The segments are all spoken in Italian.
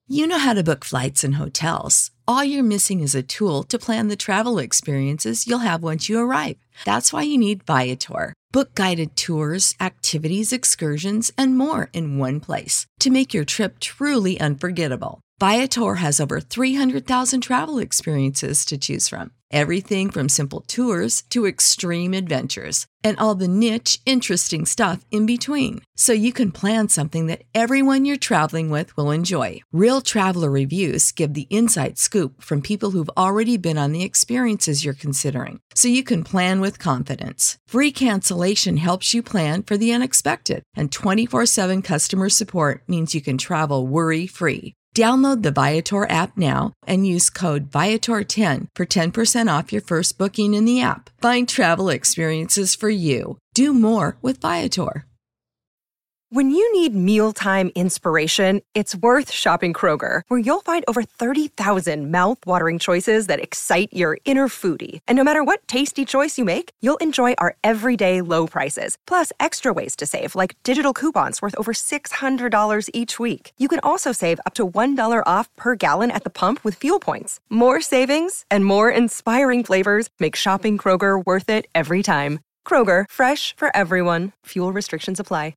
You know how to book flights and hotels. All you're missing is a tool to plan the travel experiences you'll have once you arrive. That's why you need Viator. Book guided tours, activities, excursions, and more in one place to make your trip truly unforgettable. Viator has over 300,000 travel experiences to choose from. Everything from simple tours to extreme adventures and all the niche, interesting stuff in between. So you can plan something that everyone you're traveling with will enjoy. Real traveler reviews give the inside scoop from people who've already been on the experiences you're considering. So you can plan with confidence. Free cancellation helps you plan for the unexpected. And 24/7 customer support means you can travel worry-free. Download the Viator app now and use code Viator10 for 10% off your first booking in the app. Find travel experiences for you. Do more with Viator. When you need mealtime inspiration, it's worth shopping Kroger, where you'll find over 30,000 mouth-watering choices that excite your inner foodie. And no matter what tasty choice you make, you'll enjoy our everyday low prices, plus extra ways to save, like digital coupons worth over $600 each week. You can also save up to $1 off per gallon at the pump with fuel points. More savings and more inspiring flavors make shopping Kroger worth it every time. Kroger, fresh for everyone. Fuel restrictions apply.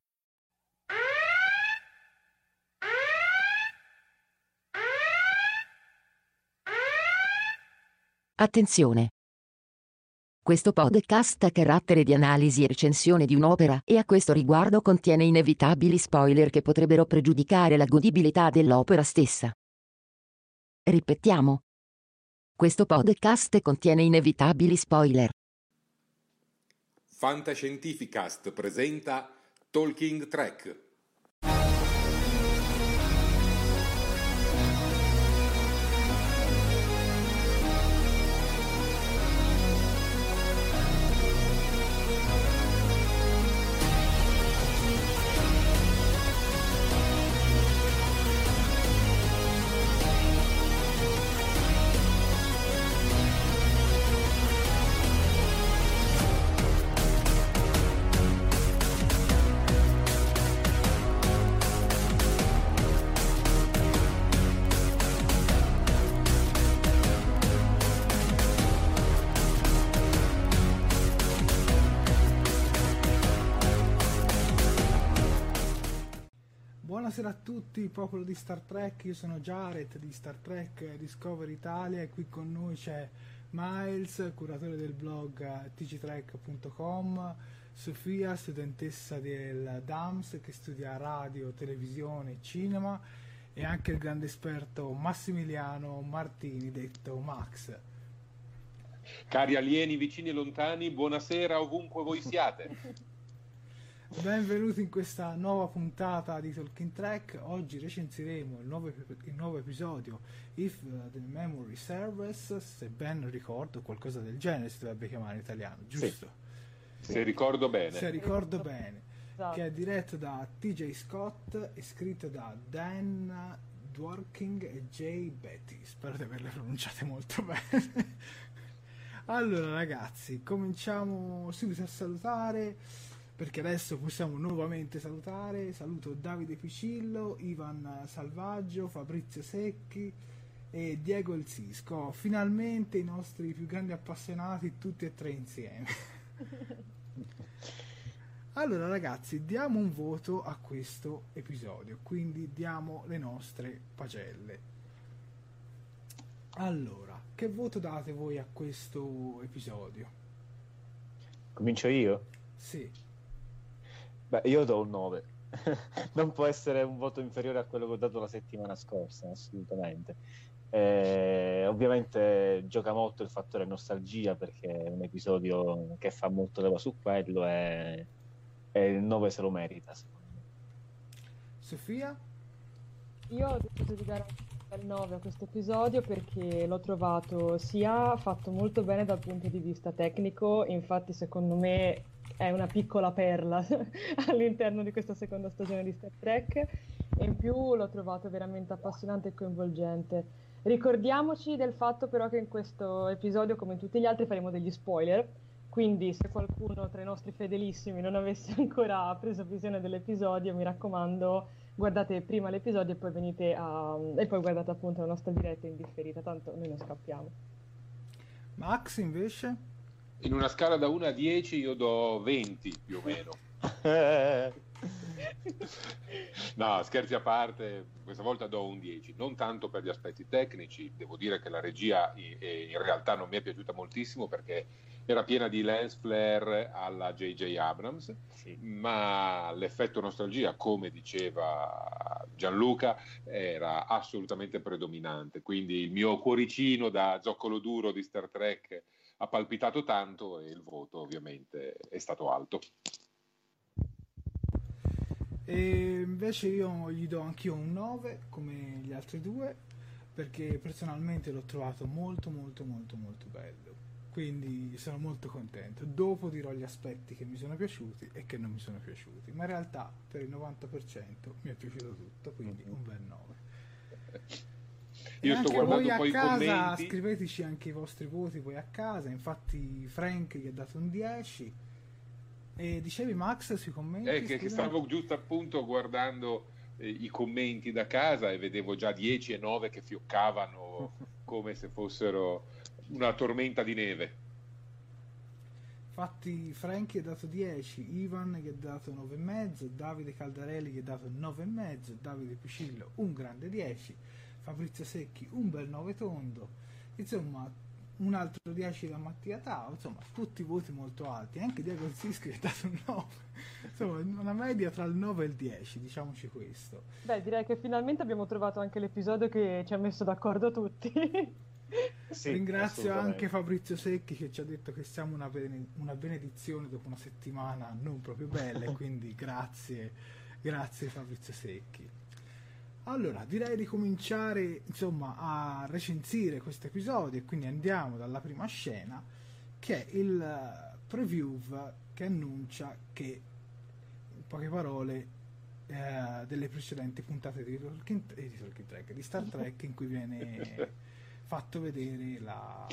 Attenzione! Questo podcast ha carattere di analisi e recensione di un'opera e a questo riguardo contiene inevitabili spoiler che potrebbero pregiudicare la godibilità dell'opera stessa. Ripetiamo. Questo podcast contiene inevitabili spoiler. Fantascientificast presenta Talking Trek. Buonasera a tutti, popolo di Star Trek. Io sono Jared di Star Trek Discovery Italia e qui con noi c'è Miles, curatore del blog tctrek.com, Sofia, studentessa del DAMS che studia radio, televisione e cinema, e anche il grande esperto Massimiliano Martini, detto Max. Cari alieni vicini e lontani, buonasera ovunque voi siate. Benvenuti in questa nuova puntata di Talking Trek. Oggi recensiremo il nuovo episodio If the Memory Serves, se ben ricordo qualcosa del genere si dovrebbe chiamare in italiano, giusto? Sì. Se ricordo bene. Se ricordo bene. Esatto. Che è diretto da TJ Scott e scritto da Dan Dworkin e Jay Betty. Spero di averle pronunciate molto bene. Allora ragazzi, cominciamo subito a salutare, perché adesso possiamo nuovamente salutare. Saluto Davide Picillo, Ivan Salvaggio, Fabrizio Secchi e Diego Il Sisco. Finalmente i nostri più grandi appassionati tutti e tre insieme. Allora ragazzi, diamo un voto a questo episodio, quindi diamo le nostre pagelle. Allora, che voto date voi a questo episodio? Comincio io? Sì. Beh, io do un 9. Non può essere un voto inferiore a quello che ho dato la settimana scorsa, assolutamente. Ovviamente gioca molto il fattore nostalgia, perché è un episodio che fa molto leva su quello e il 9 se lo merita, secondo me. Sofia? Io ho deciso di dare il 9 a questo episodio perché l'ho trovato sia fatto molto bene dal punto di vista tecnico, infatti secondo me è una piccola perla all'interno di questa seconda stagione di Star Trek, e in più l'ho trovato veramente appassionante e coinvolgente. Ricordiamoci del fatto però che in questo episodio, come in tutti gli altri, faremo degli spoiler, quindi se qualcuno tra i nostri fedelissimi non avesse ancora preso visione dell'episodio, mi raccomando, guardate prima l'episodio e poi e poi guardate appunto la nostra diretta in differita, tanto noi non scappiamo. Max invece? In una scala da 1 a 10 io do 20 più o meno. No, scherzi a parte, questa volta do un 10, non tanto per gli aspetti tecnici, devo dire che la regia in realtà non mi è piaciuta moltissimo perché era piena di lens flare alla J.J. Abrams, sì. Ma l'effetto nostalgia, come diceva Gianluca, era assolutamente predominante, quindi il mio cuoricino da zoccolo duro di Star Trek ha palpitato tanto e il voto ovviamente è stato alto. E invece io gli do anch'io un 9 come gli altri due, perché personalmente l'ho trovato molto molto molto molto bello, quindi sono molto contento. Dopo dirò gli aspetti che mi sono piaciuti e che non mi sono piaciuti, ma in realtà per il 90% mi è piaciuto tutto, quindi un bel 9. Io sto guardando poi i commenti. Scriveteci anche i vostri voti poi a casa. Infatti Frank gli ha dato un 10. E dicevi Max sui commenti? Che stavo giusto appunto guardando i commenti da casa e vedevo già 10 e 9 che fioccavano come se fossero una tormenta di neve. Infatti Frank gli ha dato 10, Ivan gli ha dato 9,5, Davide Caldarelli gli ha dato 9,5, Davide Picillo un grande 10, Fabrizio Secchi un bel 9 tondo, insomma un altro 10 da Mattia Tao, insomma tutti voti molto alti, anche Diego Zischi gli ha dato un 9, insomma una media tra il 9 e il 10, diciamoci questo. Beh, direi che finalmente abbiamo trovato anche l'episodio che ci ha messo d'accordo tutti. Sì, ringrazio anche Fabrizio Secchi che ci ha detto che siamo una benedizione dopo una settimana non proprio bella, e quindi grazie Fabrizio Secchi. Allora direi di cominciare insomma a recensire questo episodio, e quindi andiamo dalla prima scena, che è il preview che annuncia che, in poche parole, delle precedenti puntate di Talking Trek, di Star Trek, in cui viene fatto vedere la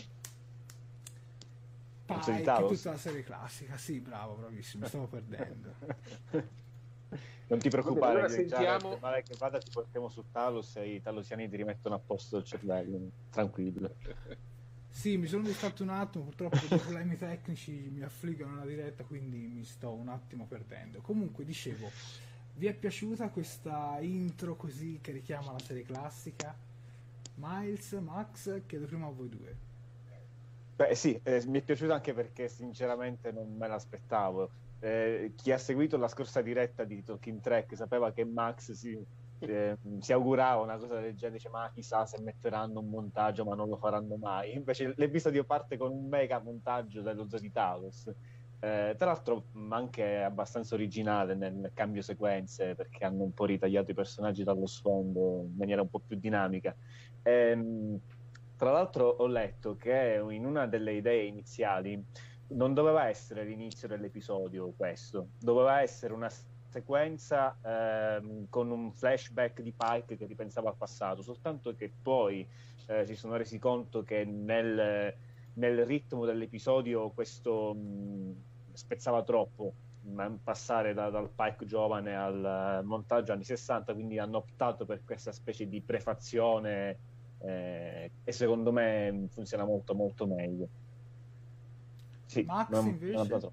Pike, tutta la serie classica. Sì, bravo, bravissimo, mi stavo perdendo. Non ti preoccupare, allora sentiamo... che vada, ti portiamo su Talos e i talosiani ti rimettono a posto il cervello, tranquillo. Sì, mi sono distratto un attimo, purtroppo dei problemi tecnici mi affliggono la diretta, quindi mi sto un attimo perdendo. Comunque, dicevo, vi è piaciuta questa intro così che richiama la serie classica? Miles, Max, chiedo prima a voi due. Beh sì, mi è piaciuta anche perché sinceramente non me l'aspettavo. Chi ha seguito la scorsa diretta di Talking Trek sapeva che Max si augurava una cosa del genere, dice ma chissà se metteranno un montaggio, ma non lo faranno mai. Invece l'episodio parte con un mega montaggio dello Zoo di Talos, tra l'altro anche abbastanza originale nel cambio sequenze, perché hanno un po' ritagliato i personaggi dallo sfondo in maniera un po' più dinamica. Tra l'altro ho letto che in una delle idee iniziali non doveva essere l'inizio dell'episodio questo, doveva essere una sequenza con un flashback di Pike che ripensava al passato, soltanto che poi si sono resi conto che nel ritmo dell'episodio questo spezzava troppo, passare dal Pike giovane al montaggio anni 60, quindi hanno optato per questa specie di prefazione e secondo me funziona molto molto meglio. Sì, Max invece?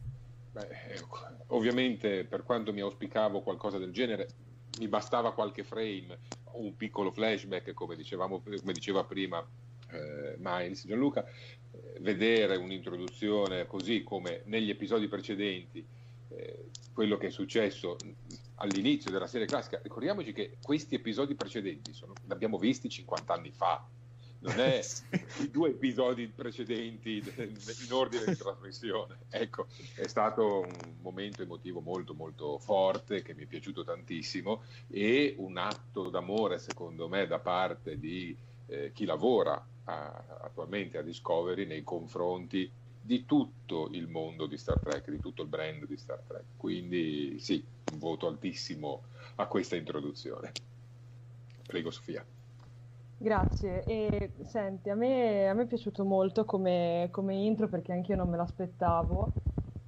Ovviamente, per quanto mi auspicavo qualcosa del genere, mi bastava qualche frame, un piccolo flashback, come diceva prima Miles, Gianluca, vedere un'introduzione così come negli episodi precedenti, quello che è successo all'inizio della serie classica. Ricordiamoci che questi episodi precedenti li abbiamo visti 50 anni fa, non è i 2 episodi precedenti in ordine di trasmissione. Ecco, è stato un momento emotivo molto molto forte che mi è piaciuto tantissimo, e un atto d'amore secondo me da parte di chi lavora attualmente a Discovery nei confronti di tutto il mondo di Star Trek, di tutto il brand di Star Trek. Quindi sì, un voto altissimo a questa introduzione. Prego Sofia. Grazie. E senti, a me è piaciuto molto come intro, perché anch'io non me l'aspettavo,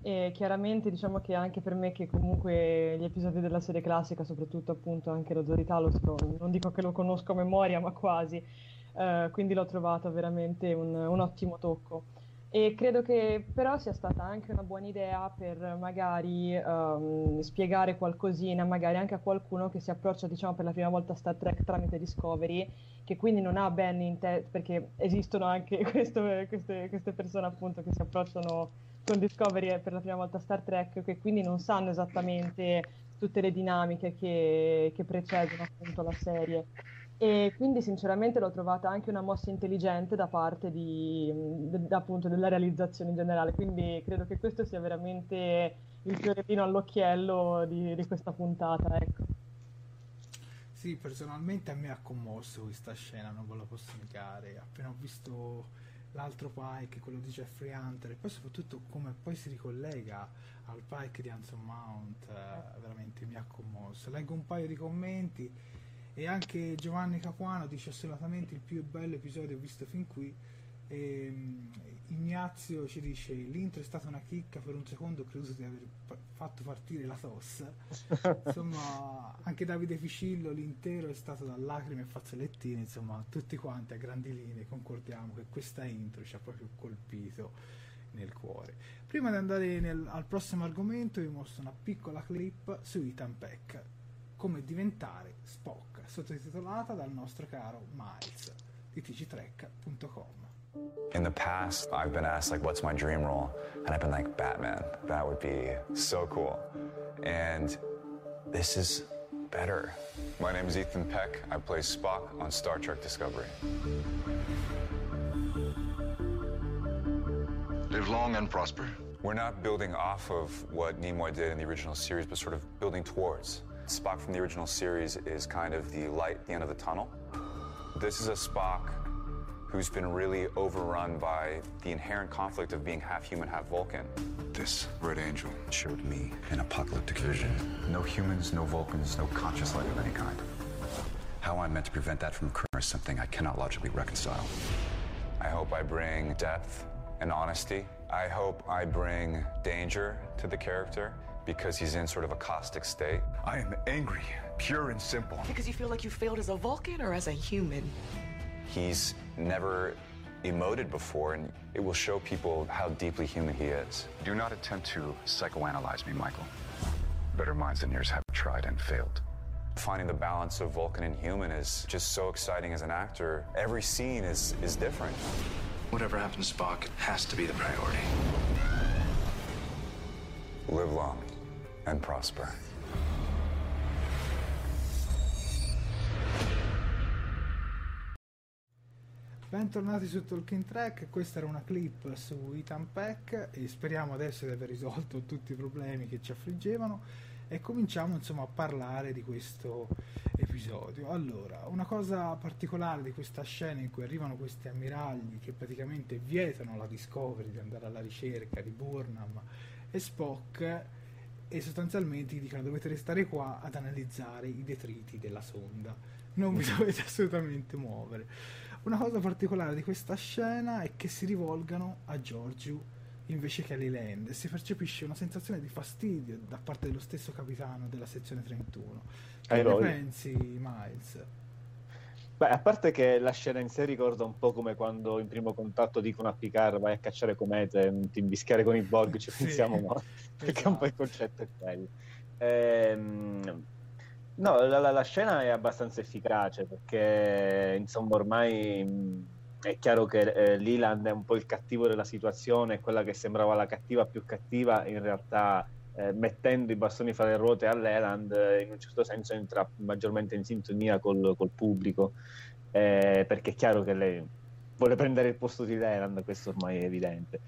E chiaramente diciamo che anche per me, che comunque gli episodi della serie classica, soprattutto appunto anche l'Autorità, non dico che lo conosco a memoria, ma quasi, quindi l'ho trovato veramente un ottimo tocco. E credo che però sia stata anche una buona idea per magari spiegare qualcosina, magari anche a qualcuno che si approccia, diciamo, per la prima volta a Star Trek tramite Discovery, che quindi non ha ben in perché esistono anche queste persone appunto che si approcciano con Discovery per la prima volta a Star Trek, che quindi non sanno esattamente tutte le dinamiche che precedono appunto la serie. E quindi sinceramente l'ho trovata anche una mossa intelligente da parte appunto della realizzazione in generale, quindi credo che questo sia veramente il fiorellino all'occhiello di questa puntata, ecco. Sì, personalmente a me ha commosso questa scena, non ve la posso negare. Appena ho visto l'altro Pike, quello di Jeffrey Hunter, e poi soprattutto come poi si ricollega al Pike di Anson Mount, veramente mi ha commosso. Leggo un paio di commenti e anche Giovanni Capuano dice assolutamente il più bello episodio visto fin qui. Ignazio ci dice l'intro è stata una chicca, per un secondo ho creduto di aver fatto partire la tosse. Insomma, anche Davide Ficillo, l'intero è stato da lacrime e fazzolettini. Insomma, tutti quanti a grandi linee concordiamo che questa intro ci ha proprio colpito nel cuore. Prima di andare al prossimo argomento vi mostro una piccola clip su Ethan Peck, come diventare Spock, sottotitolata dal nostro caro Miles di tgtrek.com. In the past, I've been asked, like, what's my dream role? And I've been like, Batman. That would be so cool. And this is better. My name is Ethan Peck. I play Spock on Star Trek Discovery. Live long and prosper. We're not building off of what Nimoy did in the original series, but sort of building towards. Spock from the original series is kind of the light at the end of the tunnel. This is a Spock who's been really overrun by the inherent conflict of being half human, half Vulcan. This Red Angel Showed me an apocalyptic vision. No humans, no Vulcans, no conscious life of any kind. How I'm meant to prevent that from occurring is something I cannot logically reconcile. I hope I bring depth and honesty. I hope I bring danger to the character because he's in sort of a caustic state. I am angry, pure and simple. Because you feel like you failed as a Vulcan or as a human? He's never emoted before, and it will show people how deeply human he is. Do not attempt to psychoanalyze me, Michael. Better minds than yours have tried and failed. Finding the balance of Vulcan and human is just so exciting as an actor. Every scene is different. Whatever happens to Spock has to be the priority. Live long and prosper. Bentornati su Talking Trek, questa era una clip su Ethan Peck e speriamo adesso di aver risolto tutti i problemi che ci affliggevano e cominciamo insomma a parlare di questo episodio. Allora, una cosa particolare di questa scena in cui arrivano questi ammiragli che praticamente vietano la Discovery di andare alla ricerca di Burnham e Spock e sostanzialmente gli dicono dovete restare qua ad analizzare i detriti della sonda, non vi dovete assolutamente muovere. Una cosa particolare di questa scena è che si rivolgano a Georgiou invece che a Leland e si percepisce una sensazione di fastidio da parte dello stesso capitano della sezione 31. Che ne pensi, Miles? Beh, a parte che la scena in sé ricorda un po' come quando in Primo Contatto dicono a Picard vai a cacciare comete, non ti imbischiare con i Borg, ci pensiamo no? Perché un po' il concetto è quello. No, la scena è abbastanza efficace perché insomma ormai è chiaro che Leland è un po' il cattivo della situazione, quella che sembrava la cattiva più cattiva in realtà mettendo i bastoni fra le ruote a Leland in un certo senso entra maggiormente in sintonia col pubblico perché è chiaro che lei vuole prendere il posto di Leland, questo ormai è evidente.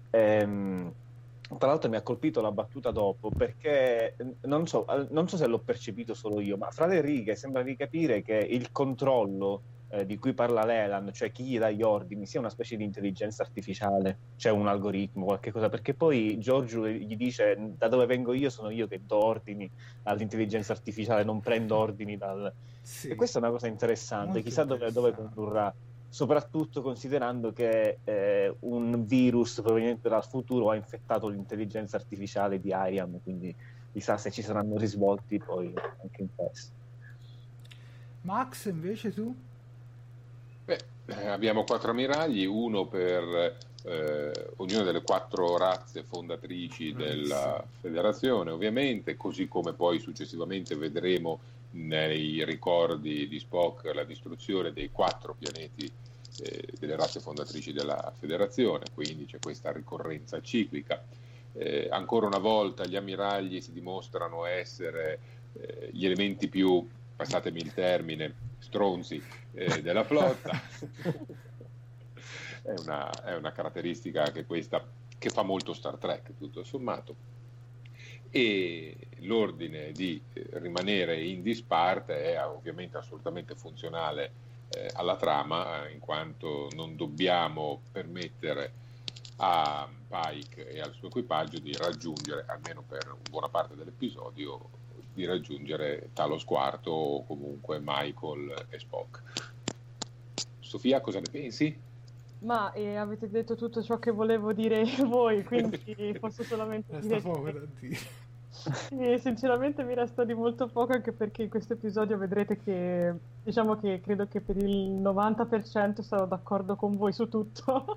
Tra l'altro mi ha colpito la battuta dopo perché non so se l'ho percepito solo io, ma fra le righe sembra di capire che il controllo di cui parla Leland, cioè chi gli dà gli ordini, sia una specie di intelligenza artificiale, cioè un algoritmo, qualche cosa, perché poi Giorgio gli dice da dove vengo io sono io che do ordini all'intelligenza artificiale, non prendo ordini dal... Sì. E questa è una cosa interessante, chissà dove condurrà. soprattutto considerando che un virus proveniente dal futuro ha infettato l'intelligenza artificiale di Ariam, quindi chissà se ci saranno risvolti poi anche in questo. Max, invece tu? Abbiamo 4 ammiragli, uno per ognuna delle 4 razze fondatrici della federazione, ovviamente, così come poi successivamente vedremo nei ricordi di Spock la distruzione dei 4 pianeti delle razze fondatrici della federazione, quindi c'è questa ricorrenza ciclica. Ancora una volta gli ammiragli si dimostrano essere gli elementi più, passatemi il termine, stronzi della flotta. È una caratteristica anche questa che fa molto Star Trek, tutto sommato. E l'ordine di rimanere in disparte è ovviamente assolutamente funzionale alla trama, in quanto non dobbiamo permettere a Pike e al suo equipaggio di raggiungere, almeno per buona parte dell'episodio, di raggiungere Talos IV o comunque Michael e Spock. Sofia, cosa ne pensi? Ma avete detto tutto ciò che volevo dire voi, quindi posso solamente dire poco da dire. Sì, sinceramente mi resta di molto poco, anche perché in questo episodio vedrete che, diciamo che credo che per il 90% sarò d'accordo con voi su tutto.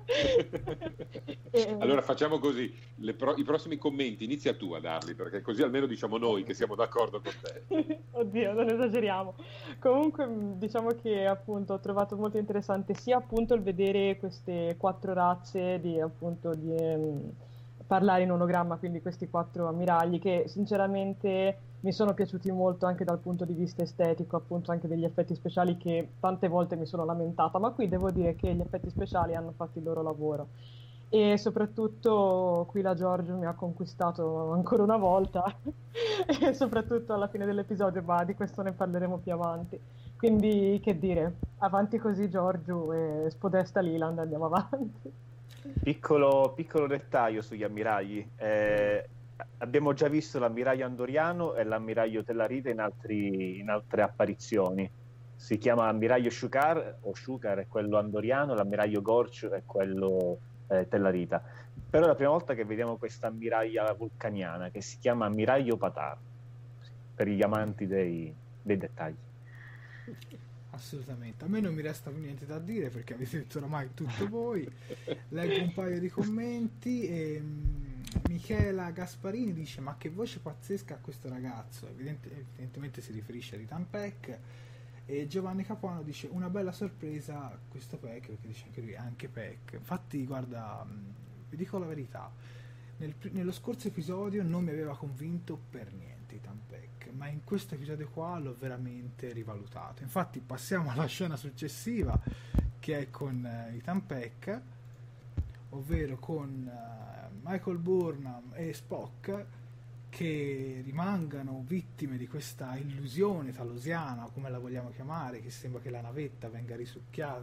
Allora facciamo così, i prossimi commenti inizia tu a darli, perché così almeno diciamo noi che siamo d'accordo con te. Oddio, non esageriamo. Comunque diciamo che appunto ho trovato molto interessante sia appunto il vedere queste 4 razze di appunto di parlare in ologramma, quindi questi 4 ammiragli che sinceramente mi sono piaciuti molto anche dal punto di vista estetico, appunto anche degli effetti speciali che tante volte mi sono lamentata, ma qui devo dire che gli effetti speciali hanno fatto il loro lavoro e soprattutto qui la Giorgio mi ha conquistato ancora una volta e soprattutto alla fine dell'episodio, ma di questo ne parleremo più avanti. Quindi che dire, avanti così Giorgio e spodesta Leland, andiamo avanti. Piccolo dettaglio sugli ammiragli. Abbiamo già visto l'ammiraglio Andoriano e l'ammiraglio Tellarite in altre apparizioni. Si chiama ammiraglio Shukar, o Shukar è quello andoriano, l'ammiraglio Gorch è quello Tellarita. Però è la prima volta che vediamo questa ammiraglia vulcaniana, che si chiama ammiraglio Patar, per gli amanti dei dettagli. Assolutamente, a me non mi resta più niente da dire perché avete detto oramai tutto voi. Leggo un paio di commenti e Michela Gasparini dice: ma che voce pazzesca ha questo ragazzo, evidentemente si riferisce a Ethan Peck. E Giovanni Capuano dice: una bella sorpresa questo Peck, perché dice anche lui anche Peck. Infatti guarda, vi dico la verità, nello scorso episodio non mi aveva convinto per niente Ethan Peck, ma in questo episodio qua l'ho veramente rivalutato. Infatti passiamo alla scena successiva, che è con Ethan Peck, ovvero con Michael Burnham e Spock, che rimangano vittime di questa illusione talosiana, come la vogliamo chiamare, che sembra che la navetta venga risucchiata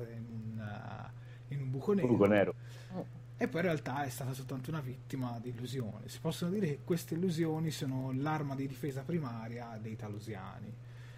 in un buco nero. E poi in realtà è stata soltanto una vittima di illusione. Si possono dire che queste illusioni sono l'arma di difesa primaria dei talosiani.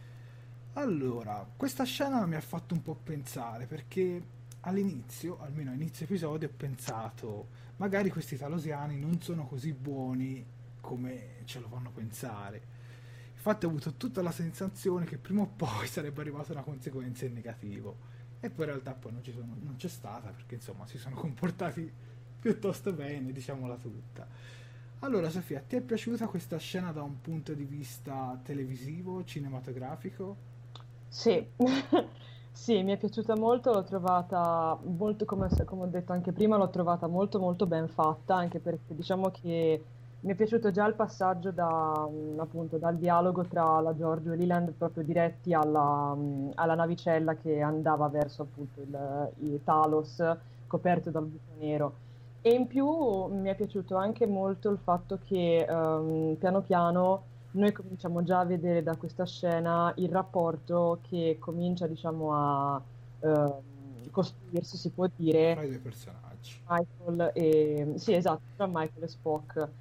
Allora, questa scena mi ha fatto un po' pensare, perché all'inizio, almeno a inizio episodio, ho pensato magari questi talosiani non sono così buoni come ce lo fanno pensare. Infatti ho avuto tutta la sensazione che prima o poi sarebbe arrivata una conseguenza in negativo. E poi in realtà poi non c'è stata, perché insomma si sono comportati piuttosto bene, diciamola tutta. Allora Sofia, ti è piaciuta questa scena da un punto di vista televisivo, cinematografico? Sì, sì, mi è piaciuta molto, l'ho trovata molto, come ho detto anche prima, l'ho trovata molto molto ben fatta, anche perché diciamo che mi è piaciuto già il passaggio appunto dal dialogo tra la Giorgio e Leland proprio diretti alla navicella che andava verso appunto il Talos coperto dal buco nero. E in più mi è piaciuto anche molto il fatto che piano piano noi cominciamo già a vedere da questa scena il rapporto che comincia, diciamo, a costruirsi, si può dire, tra i due personaggi. Michael e... sì, esatto, tra Michael e Spock.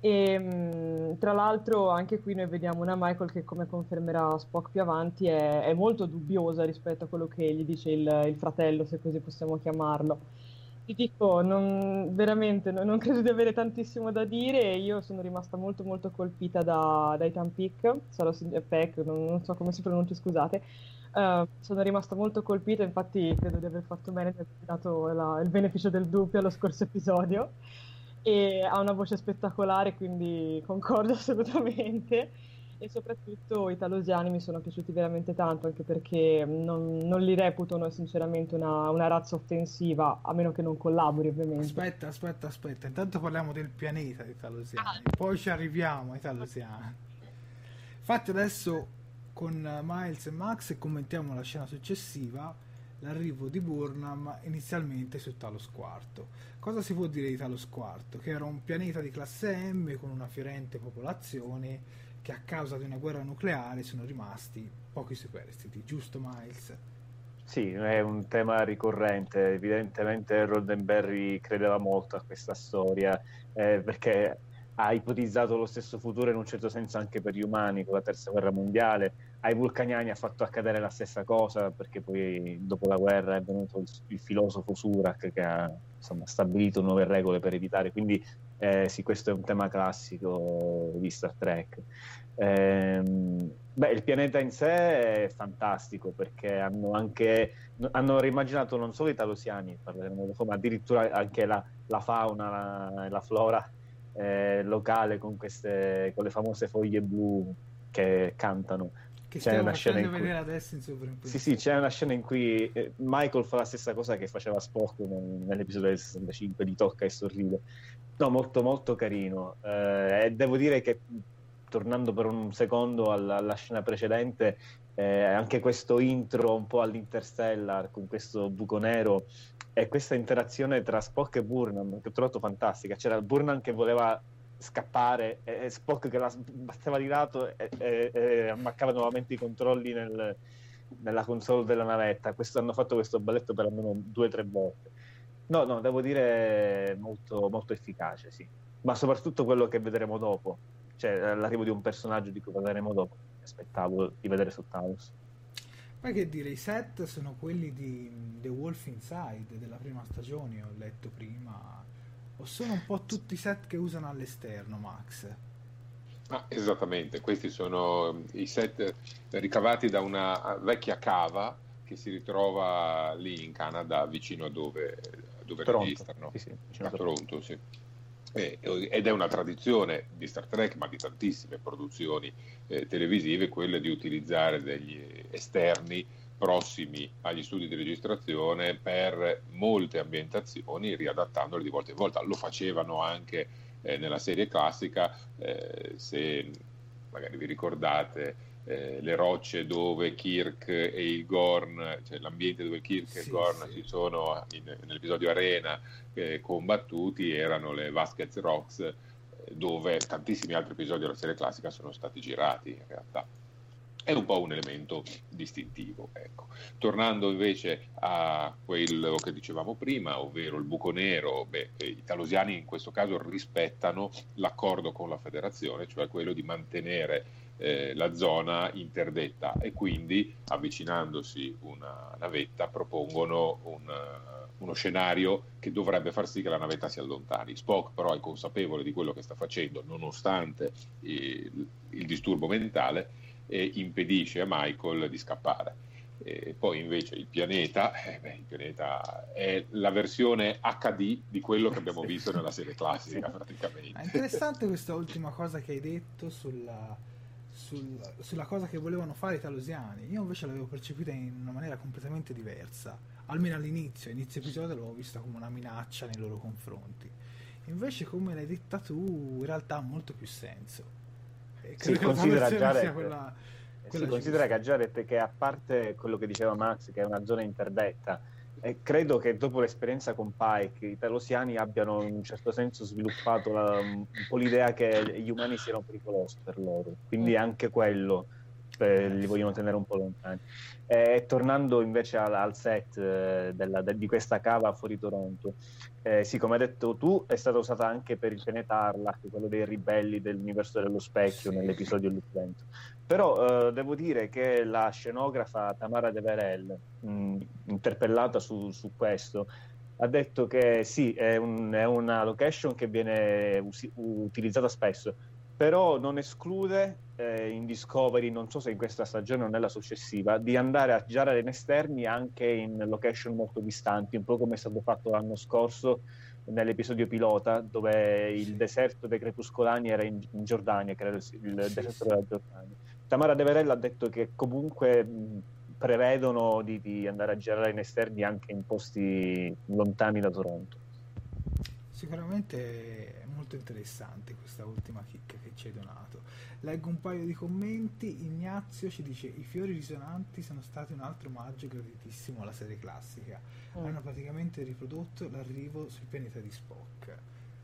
E tra l'altro anche qui noi vediamo una Michael che, come confermerà Spock più avanti, è molto dubbiosa rispetto a quello che gli dice il fratello, se così possiamo chiamarlo. Ti dico, veramente non credo di avere tantissimo da dire. Io sono rimasta molto molto colpita da Ethan Peck, non so come si pronuncia, scusate. Sono rimasta molto colpita, infatti credo di aver fatto bene di aver dato il beneficio del dubbio allo scorso episodio. E ha una voce spettacolare, quindi concordo assolutamente. E soprattutto i talosiani mi sono piaciuti veramente tanto, anche perché non li reputano sinceramente una razza offensiva, a meno che non collabori, ovviamente. Aspetta, intanto parliamo del pianeta dei talosiani, poi ci arriviamo ai talosiani. Infatti adesso con Miles e Max commentiamo la scena successiva, l'arrivo di Burnham inizialmente su Talos IV. Cosa si può dire di Talos IV? Che era un pianeta di classe M con una fiorente popolazione, che a causa di una guerra nucleare sono rimasti pochi superstiti, giusto Miles? Sì, è un tema ricorrente. Evidentemente Roddenberry credeva molto a questa storia, perché ha ipotizzato lo stesso futuro in un certo senso anche per gli umani con la terza guerra mondiale. Ai vulcaniani ha fatto accadere la stessa cosa, perché poi dopo la guerra è venuto il filosofo Surak che ha stabilito nuove regole per evitare. Quindi sì, questo è un tema classico di Star Trek. Il pianeta in sé è fantastico, perché hanno rimmaginato non solo i talosiani, parleremo dopo, ma addirittura anche la fauna, la flora locale con le famose foglie blu che cantano. Che stiamo facendo vedere adesso in sovraimpressione. Sì, c'è una scena in cui Michael fa la stessa cosa che faceva Spock nell'episodio del 65, di tocca e sorride. No, molto molto carino. E devo dire che, tornando per un secondo alla scena precedente, anche questo intro un po' all'Interstellar con questo buco nero e questa interazione tra Spock e Burnham che ho trovato fantastica. C'era Burnham che voleva scappare e Spock che la batteva di lato e ammaccava nuovamente i controlli nella console della navetta. Hanno fatto questo balletto per almeno 2 o 3 volte. No, devo dire molto, molto efficace, sì. Ma soprattutto quello che vedremo dopo, cioè l'arrivo di un personaggio di cui parleremo dopo. Aspettavo di vedere su Talos. Poi che dire, i set sono quelli di The Wolf Inside della prima stagione, ho letto prima, o sono un po' tutti i set che usano all'esterno, Max? Esattamente, questi sono i set ricavati da una vecchia cava che si ritrova lì in Canada, vicino a dove registrano. Sì, a Toronto, sì. Ed è una tradizione di Star Trek, ma di tantissime produzioni televisive, quella di utilizzare degli esterni prossimi agli studi di registrazione per molte ambientazioni, riadattandole di volta in volta. Lo facevano anche nella serie classica, se magari vi ricordate le rocce dove Kirk e il Gorn, cioè l'ambiente dove Kirk e il Gorn si sono nell'episodio Arena combattuti, erano le Vasquez Rocks, dove tantissimi altri episodi della serie classica sono stati girati. In realtà è un po' un elemento distintivo, ecco. Tornando invece a quello che dicevamo prima, ovvero il buco nero, i talosiani in questo caso rispettano l'accordo con la Federazione, cioè quello di mantenere la zona interdetta, e quindi, avvicinandosi una navetta, propongono uno scenario che dovrebbe far sì che la navetta si allontani. Spock però è consapevole di quello che sta facendo, nonostante il disturbo mentale, e impedisce a Michael di scappare. E poi invece il pianeta è la versione HD di quello che abbiamo visto nella serie classica, praticamente. È interessante questa ultima cosa che hai detto sulla cosa che volevano fare i talosiani. Io invece l'avevo percepita in una maniera completamente diversa, almeno all'inizio episodio l'avevo vista come una minaccia nei loro confronti. Invece, come l'hai detta tu, in realtà ha molto più senso. Considera che a Jared, che a parte quello che diceva Max, che è una zona interdetta, credo che dopo l'esperienza con Pike i talosiani abbiano in un certo senso sviluppato un po' l'idea che gli umani siano pericolosi per loro, quindi anche quello li vogliono tenere un po' lontani. Tornando invece al set di questa cava fuori Toronto, sì, come hai detto tu, è stata usata anche per il pianeta Arlach, quello dei ribelli dell'universo dello specchio, sì, nell'episodio Lucento. Però devo dire che la scenografa Tamara Deverell, interpellata su questo, ha detto che sì, è una location che viene utilizzata spesso, però non esclude in Discovery, non so se in questa stagione o nella successiva, di andare a girare in esterni anche in location molto distanti, un po' come è stato fatto l'anno scorso nell'episodio pilota, dove il deserto dei Crepuscolani era in Giordania, credo il deserto della Giordania. Tamara Deverell ha detto che comunque prevedono di andare a girare in esterni anche in posti lontani da Toronto. Sicuramente è molto interessante questa ultima chicca che ci hai donato. Leggo un paio di commenti. Ignazio ci dice: i fiori risonanti sono stati un altro omaggio graditissimo alla serie classica. Hanno praticamente riprodotto l'arrivo sul pianeta di Spock.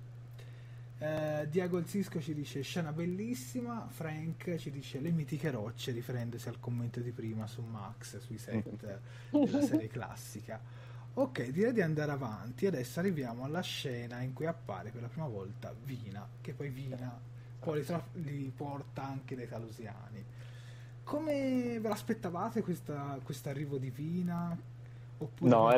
Diego il Cisco ci dice: scena bellissima. Frank ci dice: le mitiche rocce, riferendosi al commento di prima su Max sui set della serie classica. Ok, direi di andare avanti. Adesso arriviamo alla scena in cui appare per la prima volta Vina, che poi Vina poi li porta anche dai Talosiani. Come ve l'aspettavate questo arrivo di Vina? Oppure no,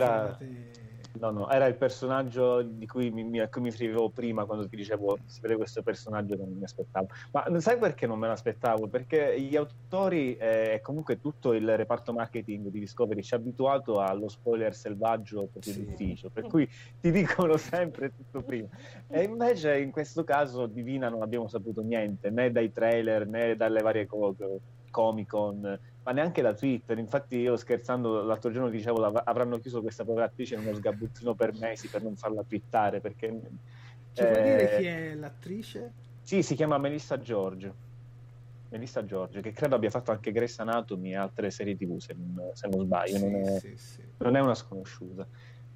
era il personaggio di cui mi riferivo prima quando ti dicevo si vede questo personaggio che non mi aspettavo. Ma sai perché non me l'aspettavo? Perché gli autori e comunque tutto il reparto marketing di Discovery ci ha abituato allo spoiler selvaggio proprio d'ufficio, per cui ti dicono sempre tutto prima. E invece in questo caso di Vina non abbiamo saputo niente, né dai trailer né dalle varie Comic-Con, ma neanche da Twitter. Infatti io scherzando l'altro giorno dicevo avranno chiuso questa povera attrice in uno sgabuzzino per mesi per non farla twittare, perché ci puoi dire chi è l'attrice? Sì, si chiama Melissa George, che credo abbia fatto anche Grey's Anatomy e altre serie TV se non sbaglio. Non è una sconosciuta,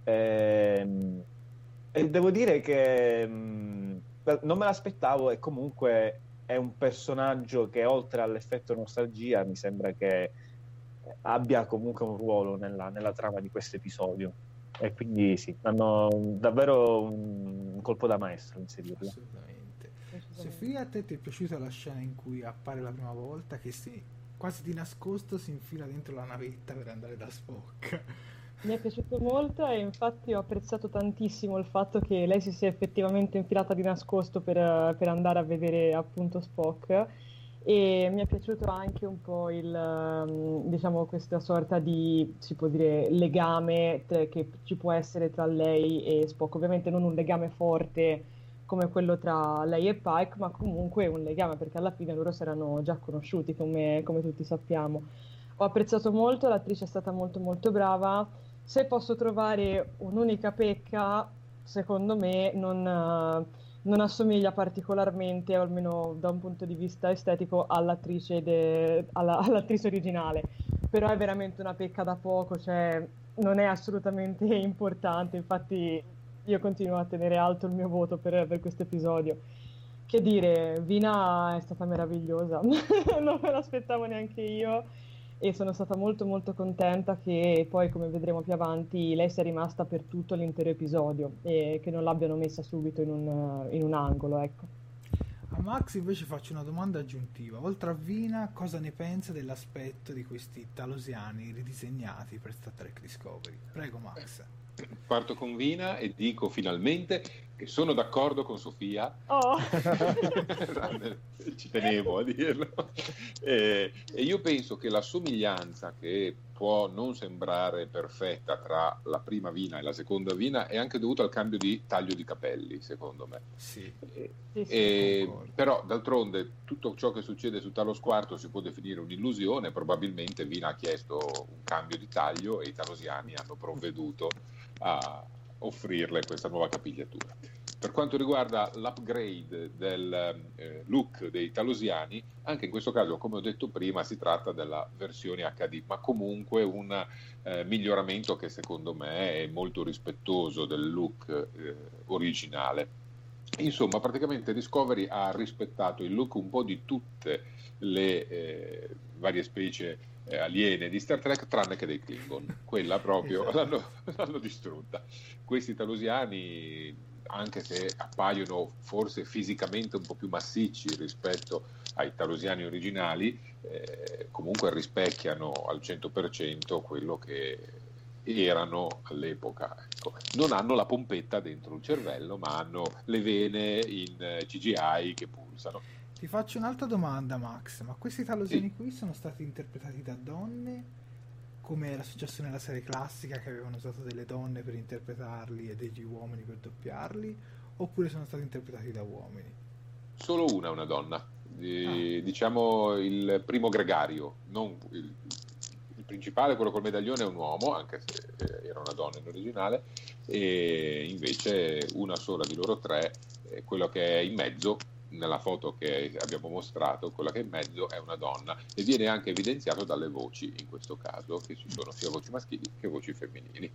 e devo dire che non me l'aspettavo, e comunque è un personaggio che oltre all'effetto nostalgia mi sembra che abbia comunque un ruolo nella trama di questo episodio, e quindi sì, hanno davvero un colpo da maestro inserirlo. Assolutamente. Sofia, a te ti è piaciuta la scena in cui appare la prima volta, che quasi di nascosto si infila dentro la navetta per andare da Spock? Mi è piaciuto molto, e infatti ho apprezzato tantissimo il fatto che lei si sia effettivamente infilata di nascosto per andare a vedere appunto Spock, e mi è piaciuto anche un po' diciamo questa sorta di, si può dire, legame che ci può essere tra lei e Spock. Ovviamente non un legame forte come quello tra lei e Pike, ma comunque un legame, perché alla fine loro si erano già conosciuti, come tutti sappiamo. Ho apprezzato molto, l'attrice è stata molto molto brava. Se posso trovare un'unica pecca, secondo me non assomiglia particolarmente, o almeno da un punto di vista estetico, all'attrice originale. Però è veramente una pecca da poco, cioè non è assolutamente importante. Infatti io continuo a tenere alto il mio voto per questo episodio. Che dire, Vina è stata meravigliosa, non me l'aspettavo neanche io. E sono stata molto molto contenta che poi, come vedremo più avanti, lei sia rimasta per tutto l'intero episodio e che non l'abbiano messa subito in un angolo, ecco. A Max invece faccio una domanda aggiuntiva. Oltre a Vina, cosa ne pensa dell'aspetto di questi talosiani ridisegnati per Star Trek Discovery? Prego Max. Parto con Vina e dico finalmente che sono d'accordo con Sofia. Oh. Ci tenevo a dirlo. E io penso che la somiglianza, che può non sembrare perfetta, tra la prima Vina e la seconda Vina è anche dovuta al cambio di taglio di capelli, secondo me. Sì. Però d'altronde tutto ciò che succede su Talos Quarto si può definire un'illusione. Probabilmente Vina ha chiesto un cambio di taglio e i talosiani hanno provveduto a offrirle questa nuova capigliatura. Per quanto riguarda l'upgrade del look dei talosiani, anche in questo caso, come ho detto prima, si tratta della versione HD, ma comunque un miglioramento che secondo me è molto rispettoso del look originale. Insomma, praticamente Discovery ha rispettato il look un po' di tutte le varie specie aliene di Star Trek, tranne che dei Klingon. Quella proprio l'hanno distrutta. Questi talosiani, anche se appaiono forse fisicamente un po' più massicci rispetto ai talosiani originali, comunque rispecchiano al 100% quello che erano all'epoca. Ecco. Non hanno la pompetta dentro il cervello, ma hanno le vene in CGI che pulsano. Ti faccio un'altra domanda, Max, ma questi talosiani qui sono stati interpretati da donne, come era successo nella serie classica, che avevano usato delle donne per interpretarli e degli uomini per doppiarli, oppure sono stati interpretati da uomini? Solo una donna, diciamo il primo gregario, non il principale, quello col medaglione, è un uomo, anche se era una donna in originale, e invece una sola di loro tre, quello che è in mezzo, nella foto che abbiamo mostrato, quella che è in mezzo è una donna, e viene anche evidenziato dalle voci, in questo caso, che ci sono sia voci maschili che voci femminili.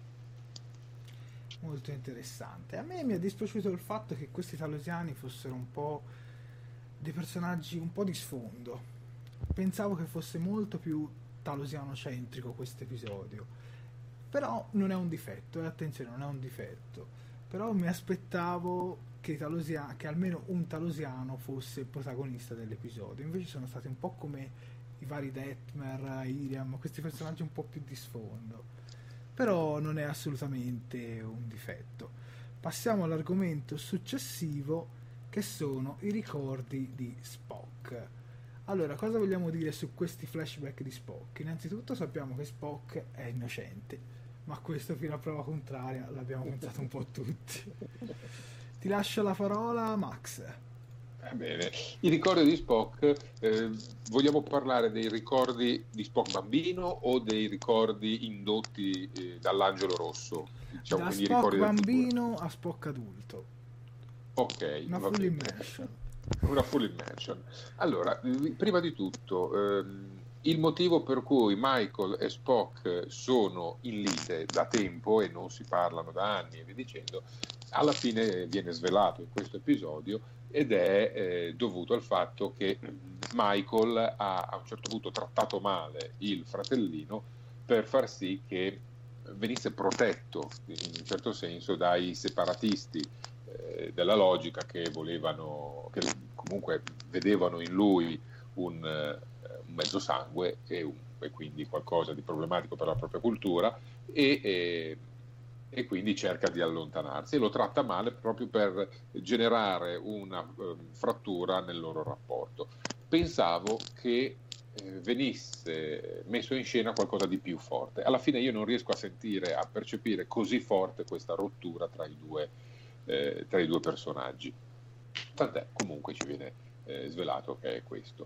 Molto interessante. A me mi è dispiaciuto il fatto che questi talosiani fossero un po' dei personaggi un po' di sfondo. Pensavo che fosse molto più talosiano-centrico questo episodio, però non è un difetto, attenzione, non è un difetto, però mi aspettavo che almeno un talosiano fosse il protagonista dell'episodio. Invece sono stati un po' come i vari Detmer, Iriam, questi personaggi un po' più di sfondo, però non è assolutamente un difetto. Passiamo all'argomento successivo, che sono i ricordi di Spock. Allora, cosa vogliamo dire su questi flashback di Spock? Innanzitutto sappiamo che Spock è innocente, ma questo fino a prova contraria l'abbiamo pensato un po' tutti. Ti lascio la parola, Max. Bene, i ricordi di Spock, vogliamo parlare dei ricordi di Spock bambino o dei ricordi indotti dall'angelo rosso? Diciamo, da quindi Spock bambino a Spock adulto. Ok, una full immersion. Una full immersion. Allora, prima di tutto, il motivo per cui Michael e Spock sono in lite da tempo e non si parlano da anni e via dicendo, alla fine viene svelato in questo episodio, ed è dovuto al fatto che Michael ha a un certo punto trattato male il fratellino per far sì che venisse protetto in un certo senso dai separatisti della logica, che volevano, che comunque vedevano in lui un mezzo sangue e quindi qualcosa di problematico per la propria cultura, e quindi cerca di allontanarsi e lo tratta male proprio per generare una frattura nel loro rapporto. Pensavo che venisse messo in scena qualcosa di più forte. Alla fine io non riesco a percepire così forte questa rottura tra i due personaggi. Tant'è, comunque ci viene svelato che è questo.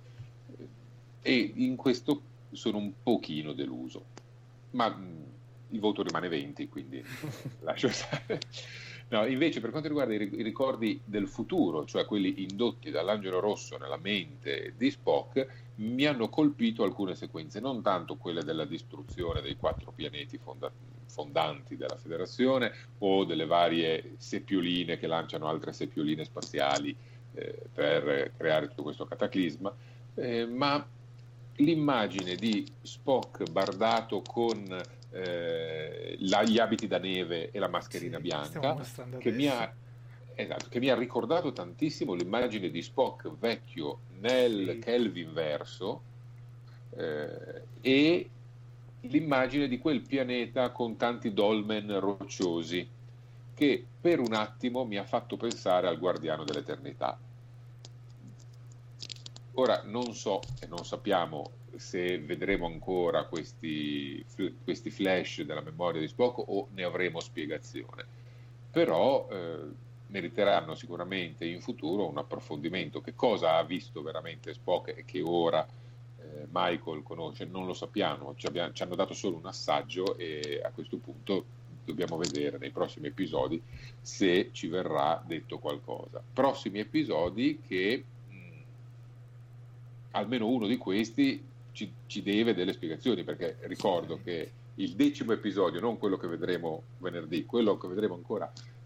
E in questo sono un pochino deluso, ma il voto rimane 20, quindi lascio stare. No, invece per quanto riguarda i ricordi del futuro, cioè quelli indotti dall'angelo rosso nella mente di Spock, mi hanno colpito alcune sequenze, non tanto quelle della distruzione dei 4 pianeti fondanti della Federazione o delle varie seppioline che lanciano altre seppioline spaziali per creare tutto questo cataclisma, ma l'immagine di Spock bardato con gli abiti da neve e la mascherina bianca, che mi ha ricordato tantissimo l'immagine di Spock vecchio nel Kelvin verso, e l'immagine di quel pianeta con tanti dolmen rocciosi, che per un attimo mi ha fatto pensare al Guardiano dell'Eternità. Ora non so e non sappiamo se vedremo ancora questi flash della memoria di Spock o ne avremo spiegazione, però meriteranno sicuramente in futuro un approfondimento. Che cosa ha visto veramente Spock e che ora Michael conosce non lo sappiamo, ci hanno dato solo un assaggio, e a questo punto dobbiamo vedere nei prossimi episodi se ci verrà detto qualcosa. Prossimi episodi che almeno uno di questi ci deve delle spiegazioni, perché ricordo che il 10° episodio, non quello che vedremo venerdì, quello che vedremo ancora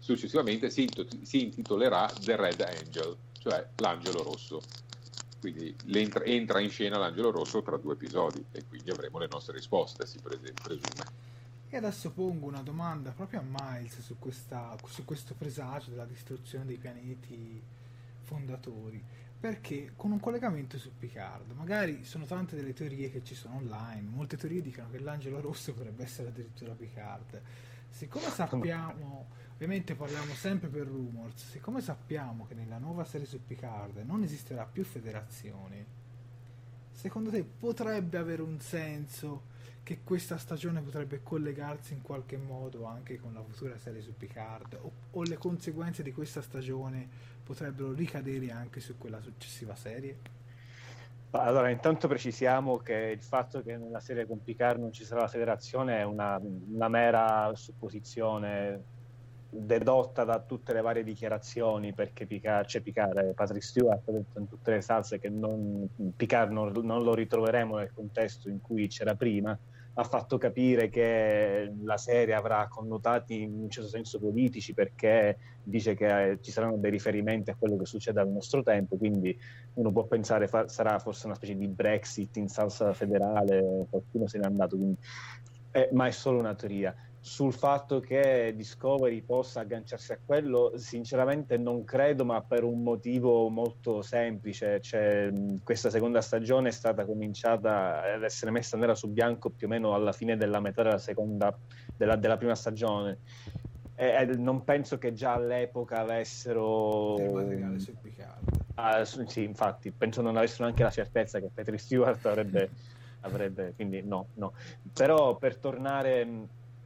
successivamente si intitolerà The Red Angel, cioè l'angelo rosso. Quindi entra in scena l'angelo rosso tra 2 episodi e quindi avremo le nostre risposte, si presume. E adesso pongo una domanda proprio a Miles su questo presagio della distruzione dei pianeti fondatori, perché con un collegamento su Picard, magari sono tante delle teorie che ci sono online, molte teorie dicono che l'angelo rosso potrebbe essere addirittura Picard. Siccome sappiamo, ovviamente parliamo sempre per rumors, siccome sappiamo che nella nuova serie su Picard non esisterà più Federazione, secondo te potrebbe avere un senso che questa stagione potrebbe collegarsi in qualche modo anche con la futura serie su Picard, o le conseguenze di questa stagione potrebbero ricadere anche su quella successiva serie? Allora, intanto precisiamo che il fatto che nella serie con Picard non ci sarà la Federazione è una mera supposizione dedotta da tutte le varie dichiarazioni, perché Patrick Stewart ha detto in tutte le salse che Picard non lo ritroveremo nel contesto in cui c'era prima. Ha fatto capire che la serie avrà connotati in un certo senso politici, perché dice che ci saranno dei riferimenti a quello che succede al nostro tempo, quindi uno può pensare sarà forse una specie di Brexit in salsa federale, qualcuno se n'è andato, quindi, ma è solo una teoria. Sul fatto che Discovery possa agganciarsi a quello, sinceramente non credo, ma per un motivo molto semplice. Questa seconda stagione è stata cominciata ad essere messa nera su bianco più o meno alla fine della metà della prima stagione, e non penso che già all'epoca avessero del materiale su Picard. Sì, infatti penso non avessero neanche la certezza che Patrick Stewart avrebbe, quindi no. Però per tornare,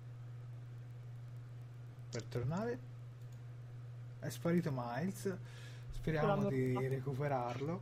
è sparito Miles, speriamo di recuperarlo.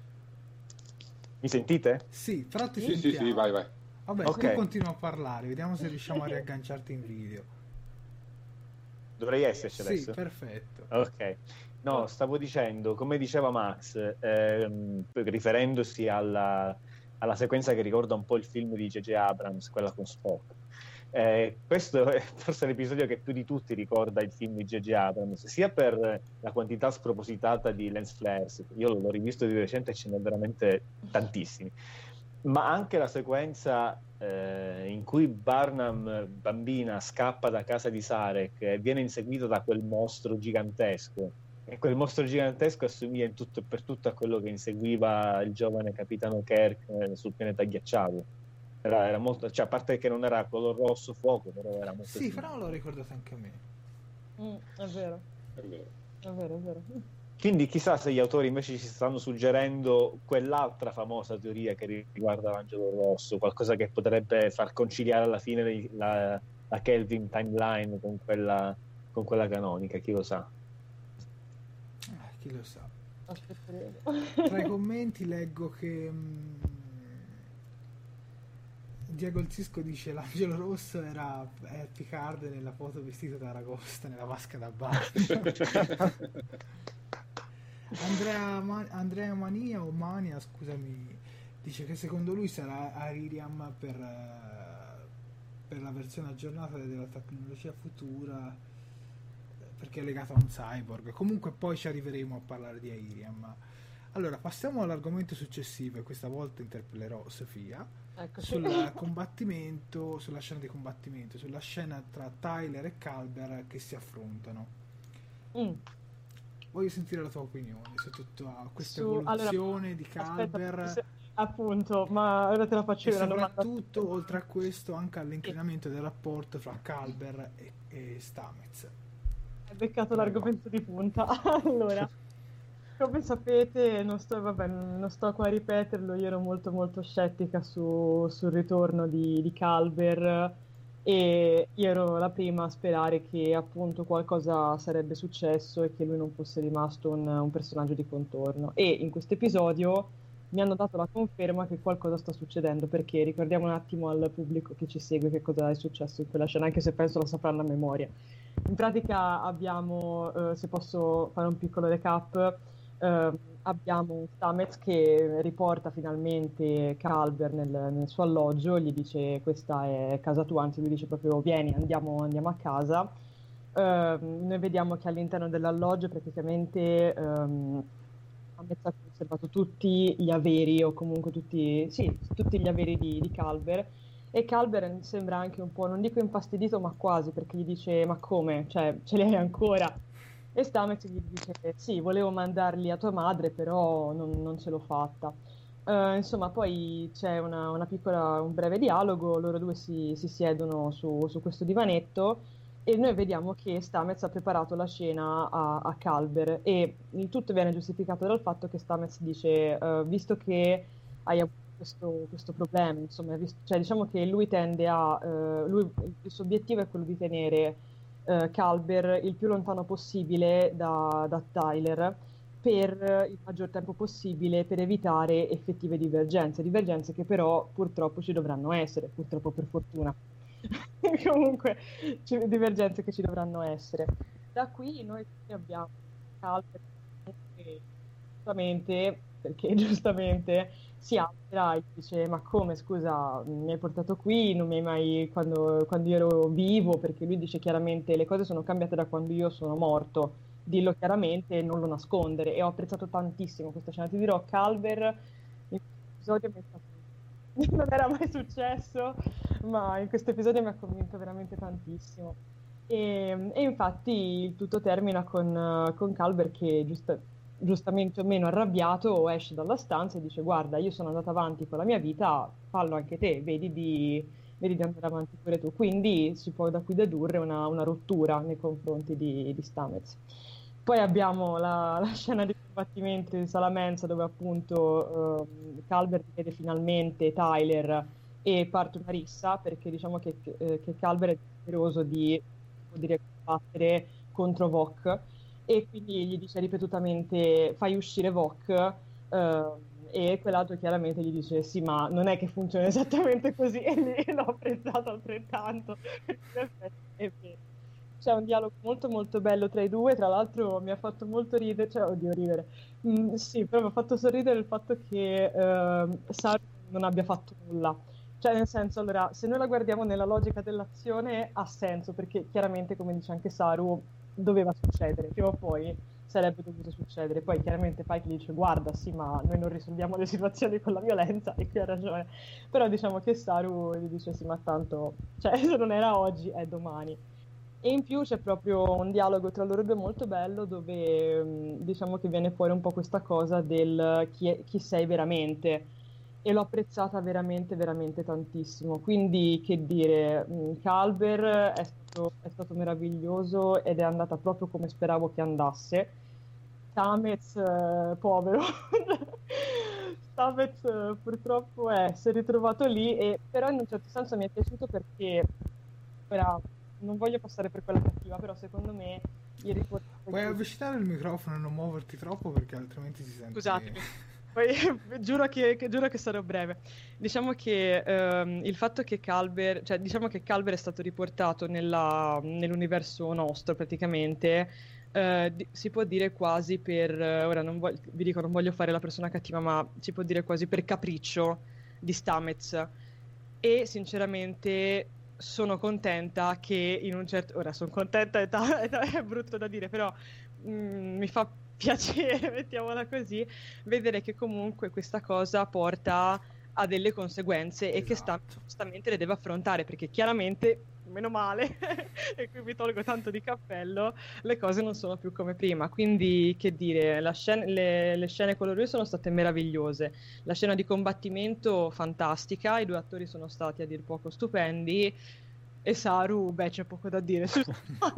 Mi sentite? Sì, però ti sentiamo. Sì, vai. Vabbè, okay. Tu continua a parlare, vediamo se riusciamo a riagganciarti in video. Dovrei esserci adesso? Sì, perfetto. Ok. No, stavo dicendo, come diceva Max, riferendosi alla sequenza che ricorda un po' il film di J.J. Abrams, quella con Spock. Questo è forse l'episodio che più di tutti ricorda il film di J.J. Abrams, sia per la quantità spropositata di lens flares, io l'ho rivisto di recente e ce n'è veramente tantissimi, ma anche la sequenza in cui Burnham, bambina, scappa da casa di Sarek e viene inseguita da quel mostro gigantesco, e quel mostro gigantesco assomiglia in tutto e per tutto a quello che inseguiva il giovane capitano Kirk sul pianeta ghiacciato. Era molto, cioè, a parte che non era color rosso fuoco, però era molto sì, però l'ho ricordato anche a me. È vero. Quindi chissà se gli autori invece ci stanno suggerendo quell'altra famosa teoria che riguarda l'angelo rosso, qualcosa che potrebbe far conciliare alla fine la Kelvin timeline con quella canonica, chi lo sa. Chi lo sa. Aspetteremo. Tra i commenti leggo che Diego il Cisco dice l'angelo rosso è Picard nella foto vestito da Aragosta nella vasca da bar. Andrea Mania, scusami, dice che secondo lui sarà Aririam per la versione aggiornata della tecnologia futura, perché è legata a un cyborg. Comunque poi ci arriveremo a parlare di Aririam. Allora passiamo all'argomento successivo, e questa volta interpellerò Sofia. Sul combattimento, sulla scena di combattimento, sulla scena tra Tyler e Culber che si affrontano. Voglio sentire la tua opinione su tutta questa evoluzione di Culber. Aspetta, appunto, ma ora te la faccio e soprattutto, oltre a questo, anche all'incrinamento del rapporto fra Culber e Stamets. Hai beccato l'argomento di punta. Allora, come sapete, non sto qua a ripeterlo, io ero molto molto scettica sul ritorno di Culber, e io ero la prima a sperare che appunto qualcosa sarebbe successo e che lui non fosse rimasto un personaggio di contorno. E in questo episodio mi hanno dato la conferma che qualcosa sta succedendo, perché ricordiamo un attimo al pubblico che ci segue che cosa è successo in quella scena, anche se penso la sapranno a memoria. In pratica abbiamo, se posso fare un piccolo recap, abbiamo Stamets che riporta finalmente Culber nel suo alloggio, gli dice questa è casa tua, anzi lui dice proprio vieni, andiamo a casa, noi vediamo che all'interno dell'alloggio praticamente Stamets ha conservato tutti gli averi, o comunque tutti gli averi di Culber, e Culber sembra anche un po', non dico infastidito, ma quasi, perché gli dice: ma come? Cioè, ce li hai ancora? E Stamets gli dice: sì, volevo mandarli a tua madre, però non ce l'ho fatta. Insomma, poi c'è un breve dialogo, loro due si siedono su questo divanetto e noi vediamo che Stamets ha preparato la cena a Culber, e il tutto viene giustificato dal fatto che Stamets dice: visto che hai avuto questo problema, insomma, cioè diciamo che lui tende il suo obiettivo è quello di tenere Culber il più lontano possibile da Tyler per il maggior tempo possibile, per evitare effettive divergenze che però purtroppo ci dovranno essere, purtroppo per fortuna. Comunque, divergenze che ci dovranno essere. Da qui noi abbiamo Culber che giustamente si altera e dice: ma come, scusa, mi hai portato qui, non mi hai mai, quando io ero vivo, perché lui dice chiaramente: le cose sono cambiate da quando io sono morto, dillo chiaramente e non lo nascondere. E ho apprezzato tantissimo questa scena, ti dirò, Culber in questo episodio non era mai successo, ma in questo episodio mi ha convinto veramente tantissimo. E infatti il tutto termina con Culber che giustamente o meno arrabbiato esce dalla stanza e dice: guarda, io sono andata avanti con la mia vita, fallo anche te, vedi di andare avanti pure tu. Quindi si può da qui dedurre una rottura nei confronti di Stamets. Poi abbiamo la scena di combattimento di Salamenza, dove appunto Culber vede finalmente Tyler e parte una rissa, perché diciamo che Culber è desideroso di combattere contro Vok, e quindi gli dice ripetutamente: fai uscire Vok, e quell'altro chiaramente gli dice: sì, ma non è che funziona esattamente così. E lì l'ho apprezzato altrettanto, è vero. C'è un dialogo molto molto bello tra i due, tra l'altro mi ha fatto molto ridere, cioè oddio ridere, sì, però mi ha fatto sorridere il fatto che Saru non abbia fatto nulla. Cioè, nel senso, allora, se noi la guardiamo nella logica dell'azione ha senso, perché chiaramente, come dice anche Saru, doveva succedere, prima o poi sarebbe dovuto succedere. Poi chiaramente Pike gli dice: guarda, sì, ma noi non risolviamo le situazioni con la violenza, e qui ha ragione. Però diciamo che Saru gli dice: sì, ma tanto, cioè, se non era oggi è domani. E in più c'è proprio un dialogo tra loro due molto bello, dove diciamo che viene fuori un po' questa cosa del chi sei veramente, e l'ho apprezzata veramente veramente tantissimo. Quindi, che dire, Culber è stato meraviglioso ed è andata proprio come speravo che andasse. Stamets, povero Stamets purtroppo si è ritrovato lì, e però in un certo senso mi è piaciuto, perché ora non voglio passare per quella cattiva, però secondo me il riportato... Puoi avvicinare il microfono e non muoverti troppo, perché altrimenti si sente... Scusatemi. Poi giuro che sarò breve. Diciamo che il fatto che Culber, cioè diciamo che Culber è stato riportato nell'universo nostro praticamente, si può dire quasi per, ora vi dico, non voglio fare la persona cattiva, ma si può dire quasi per capriccio di Stamets. E sinceramente sono contenta che in un certo... Ora sono contenta, è brutto da dire, però mi fa piacere, mettiamola così, vedere che comunque questa cosa porta a delle conseguenze, esatto, e che giustamente le deve affrontare, perché chiaramente, meno male, e qui mi tolgo tanto di cappello, le cose non sono più come prima. Quindi, che dire, le scene con loro sono state meravigliose, la scena di combattimento fantastica, i due attori sono stati a dir poco stupendi, e Saru, beh, c'è poco da dire su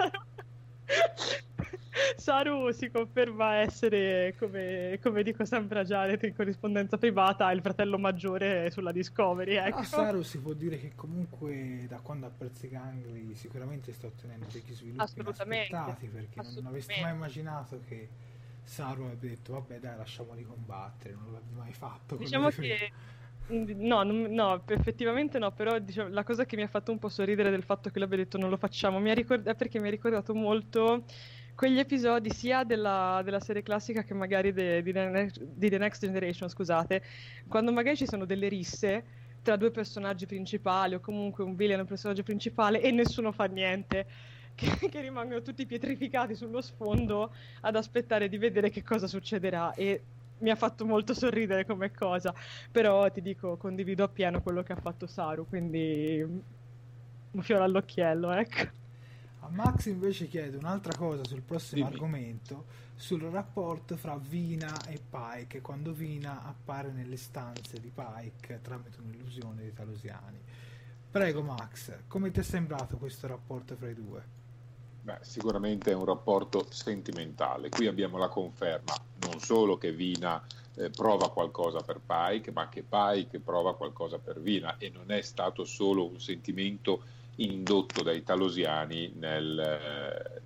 Saru si conferma essere, come dico sempre a Janet in corrispondenza privata, il fratello maggiore sulla Discovery, ecco. Saru si può dire che comunque da quando ha perso i gangli sicuramente sta ottenendo degli sviluppi inaspettati, perché non avresti mai immaginato che Saru abbia detto: vabbè dai, lasciamoli combattere, non l'abbia mai fatto. Diciamo che no, effettivamente no, però diciamo, la cosa che mi ha fatto un po' sorridere del fatto che lui abbia detto non lo facciamo, perché mi ha ricordato molto quegli episodi sia della serie classica che magari di The Next Generation, scusate, quando magari ci sono delle risse tra due personaggi principali, o comunque un villain e un personaggio principale, e nessuno fa niente, che rimangono tutti pietrificati sullo sfondo ad aspettare di vedere che cosa succederà, e mi ha fatto molto sorridere come cosa, però ti dico, condivido appieno quello che ha fatto Saru, quindi un fiore all'occhiello, ecco. A Max invece chiedo un'altra cosa sul prossimo argomento, sul rapporto fra Vina e Pike, quando Vina appare nelle stanze di Pike tramite un'illusione dei Talosiani. Prego Max, come ti è sembrato questo rapporto fra i due? Beh, sicuramente è un rapporto sentimentale. Qui abbiamo la conferma non solo che Vina prova qualcosa per Pike, ma che Pike prova qualcosa per Vina, e non è stato solo un sentimento indotto dai Talosiani nel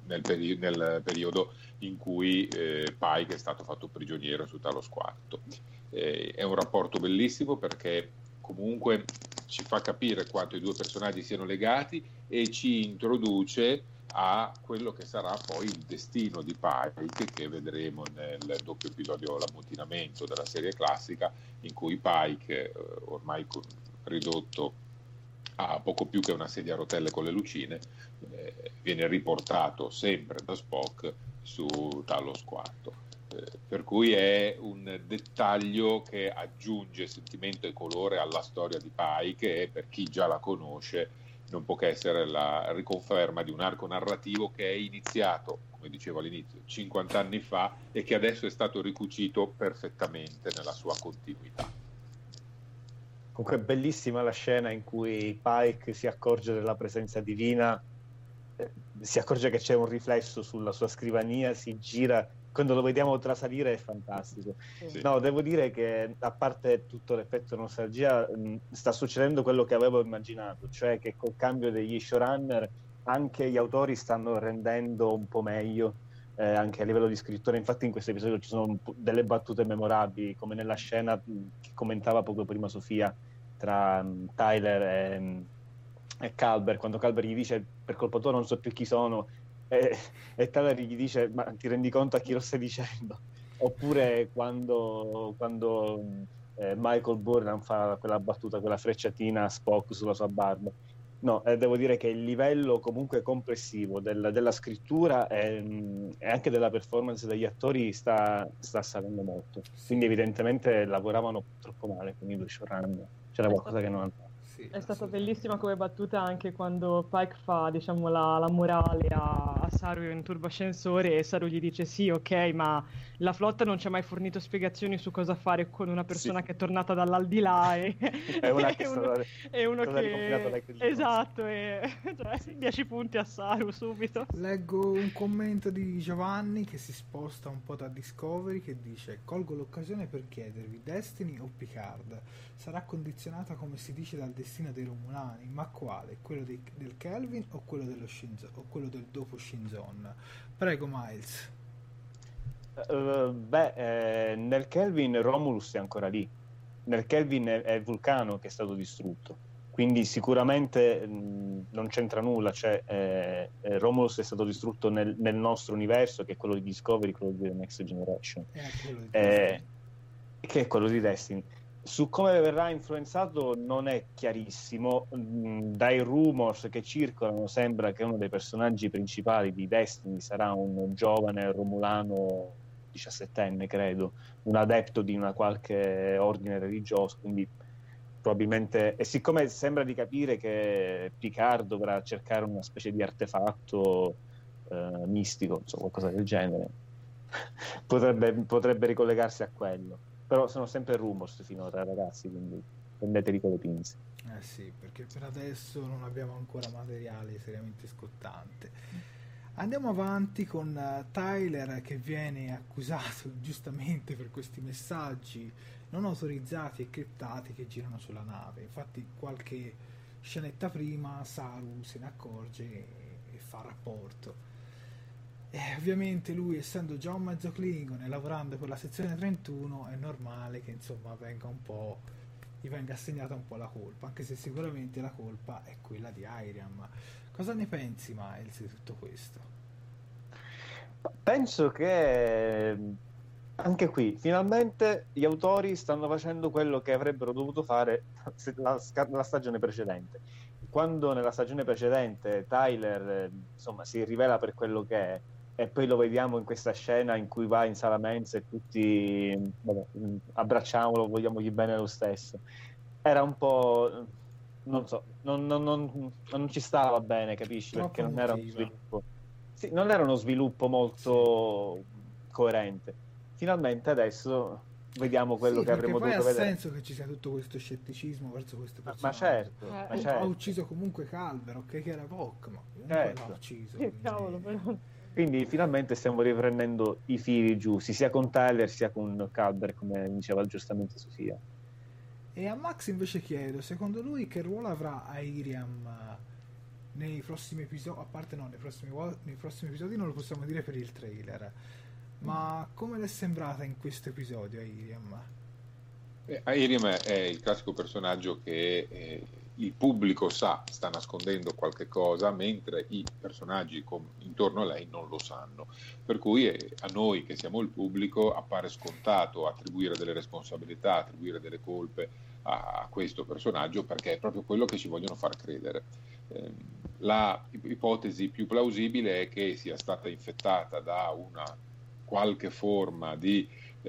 periodo in cui Pike è stato fatto prigioniero su Talos IV. È un rapporto bellissimo perché comunque ci fa capire quanto i due personaggi siano legati e ci introduce a quello che sarà poi il destino di Pike, che vedremo nel doppio episodio L'ammutinamento della serie classica, in cui Pike, ormai ridotto a poco più che una sedia a rotelle con le lucine, viene riportato sempre da Spock su Talos IV. Per cui è un dettaglio che aggiunge sentimento e colore alla storia di Pike, e per chi già la conosce non può che essere la riconferma di un arco narrativo che è iniziato, come dicevo all'inizio, 50 anni fa, e che adesso è stato ricucito perfettamente nella sua continuità. Comunque è bellissima la scena in cui Pike si accorge della presenza divina, si accorge che c'è un riflesso sulla sua scrivania, si gira, quando lo vediamo trasalire è fantastico. Sì. No, devo dire che, a parte tutto l'effetto nostalgia, sta succedendo quello che avevo immaginato, cioè che col cambio degli showrunner anche gli autori stanno rendendo un po' meglio, anche a livello di scrittura. Infatti in questo episodio ci sono delle battute memorabili, come nella scena che commentava poco prima Sofia tra Tyler e Culber, quando Culber gli dice per colpa tua non so più chi sono, e Tyler gli dice ma ti rendi conto a chi lo stai dicendo? Oppure quando Michael Burnham fa quella battuta, quella frecciatina a Spock sulla sua barba. No, devo dire che il livello comunque complessivo della scrittura e anche della performance degli attori sta salendo molto. Quindi evidentemente lavoravano troppo male con i due showrunner, c'era qualcosa che non andava. È stata bellissima come battuta anche quando Pike fa, diciamo, la morale a Saru in turbascensore, e Saru gli dice sì, ok, ma la flotta non ci ha mai fornito spiegazioni su cosa fare con una persona che è tornata dall'aldilà e è una che è uno che esatto, cioè, 10 punti a Saru subito. Leggo un commento di Giovanni che si sposta un po' da Discovery, che dice: colgo l'occasione per chiedervi, Destiny o Picard sarà condizionata, come si dice, dal destino dei Romulani, ma quale? Quello del Kelvin o quello dello Shinzo, o quello del dopo Shinzon? Prego Miles. Nel Kelvin Romulus è ancora lì, nel Kelvin è Vulcano che è stato distrutto, quindi sicuramente non c'entra nulla, cioè Romulus è stato distrutto nel nostro universo, che è quello di Discovery, quello di The Next Generation, che è quello di Destiny. Su come verrà influenzato non è chiarissimo. Dai rumors che circolano sembra che uno dei personaggi principali di Destiny sarà un giovane romulano 17enne, credo, un adepto di una qualche ordine religioso, quindi probabilmente, e siccome sembra di capire che Picard dovrà cercare una specie di artefatto mistico, insomma, qualcosa del genere, potrebbe ricollegarsi a quello. Però sono sempre rumors finora, ragazzi, quindi prendeteli con le pinze. Sì, perché per adesso non abbiamo ancora materiale seriamente scottante. Andiamo avanti con Tyler, che viene accusato giustamente per questi messaggi non autorizzati e criptati che girano sulla nave. Infatti qualche scenetta prima Saru se ne accorge e fa rapporto. Ovviamente lui, essendo già un mezzo Klingon e lavorando per la sezione 31, è normale che insomma gli venga assegnata un po' la colpa, anche se sicuramente la colpa è quella di Airiam. Cosa ne pensi, Miles, di tutto questo? Penso che anche qui finalmente gli autori stanno facendo quello che avrebbero dovuto fare la stagione precedente, quando nella stagione precedente Tyler insomma si rivela per quello che è, e poi lo vediamo in questa scena in cui va in sala mensa e tutti abbracciamolo, vogliamogli bene lo stesso, era un po', non so, non ci stava bene, capisci? Troppo perché non era uno emotiva. sviluppo, sì, non era uno sviluppo molto coerente. Finalmente adesso vediamo quello Sì, che avremmo perché dovuto poi ha vedere. senso che ci sia tutto questo scetticismo verso questo Ma personaggio. certo, ma certo. Ha ucciso comunque Calver, ok, che era Vogue, ma comunque Certo. l'ha ucciso. Che quindi- cavolo, però. Quindi finalmente stiamo riprendendo i fili giusti, sia con Tyler sia con Calber, come diceva giustamente Sofia. E a Max invece chiedo, secondo lui che ruolo avrà Airiam nei prossimi episodi? A parte no, nei prossimi episodi non lo possiamo dire per il trailer. Ma come le è sembrata in questo episodio Airiam? Airiam è il classico personaggio che il pubblico sta nascondendo qualche cosa, mentre i personaggi intorno a lei non lo sanno. Per cui a noi che siamo il pubblico appare scontato attribuire delle responsabilità, attribuire delle colpe a questo personaggio, perché è proprio quello che ci vogliono far credere. La ipotesi più plausibile è che sia stata infettata da una qualche forma di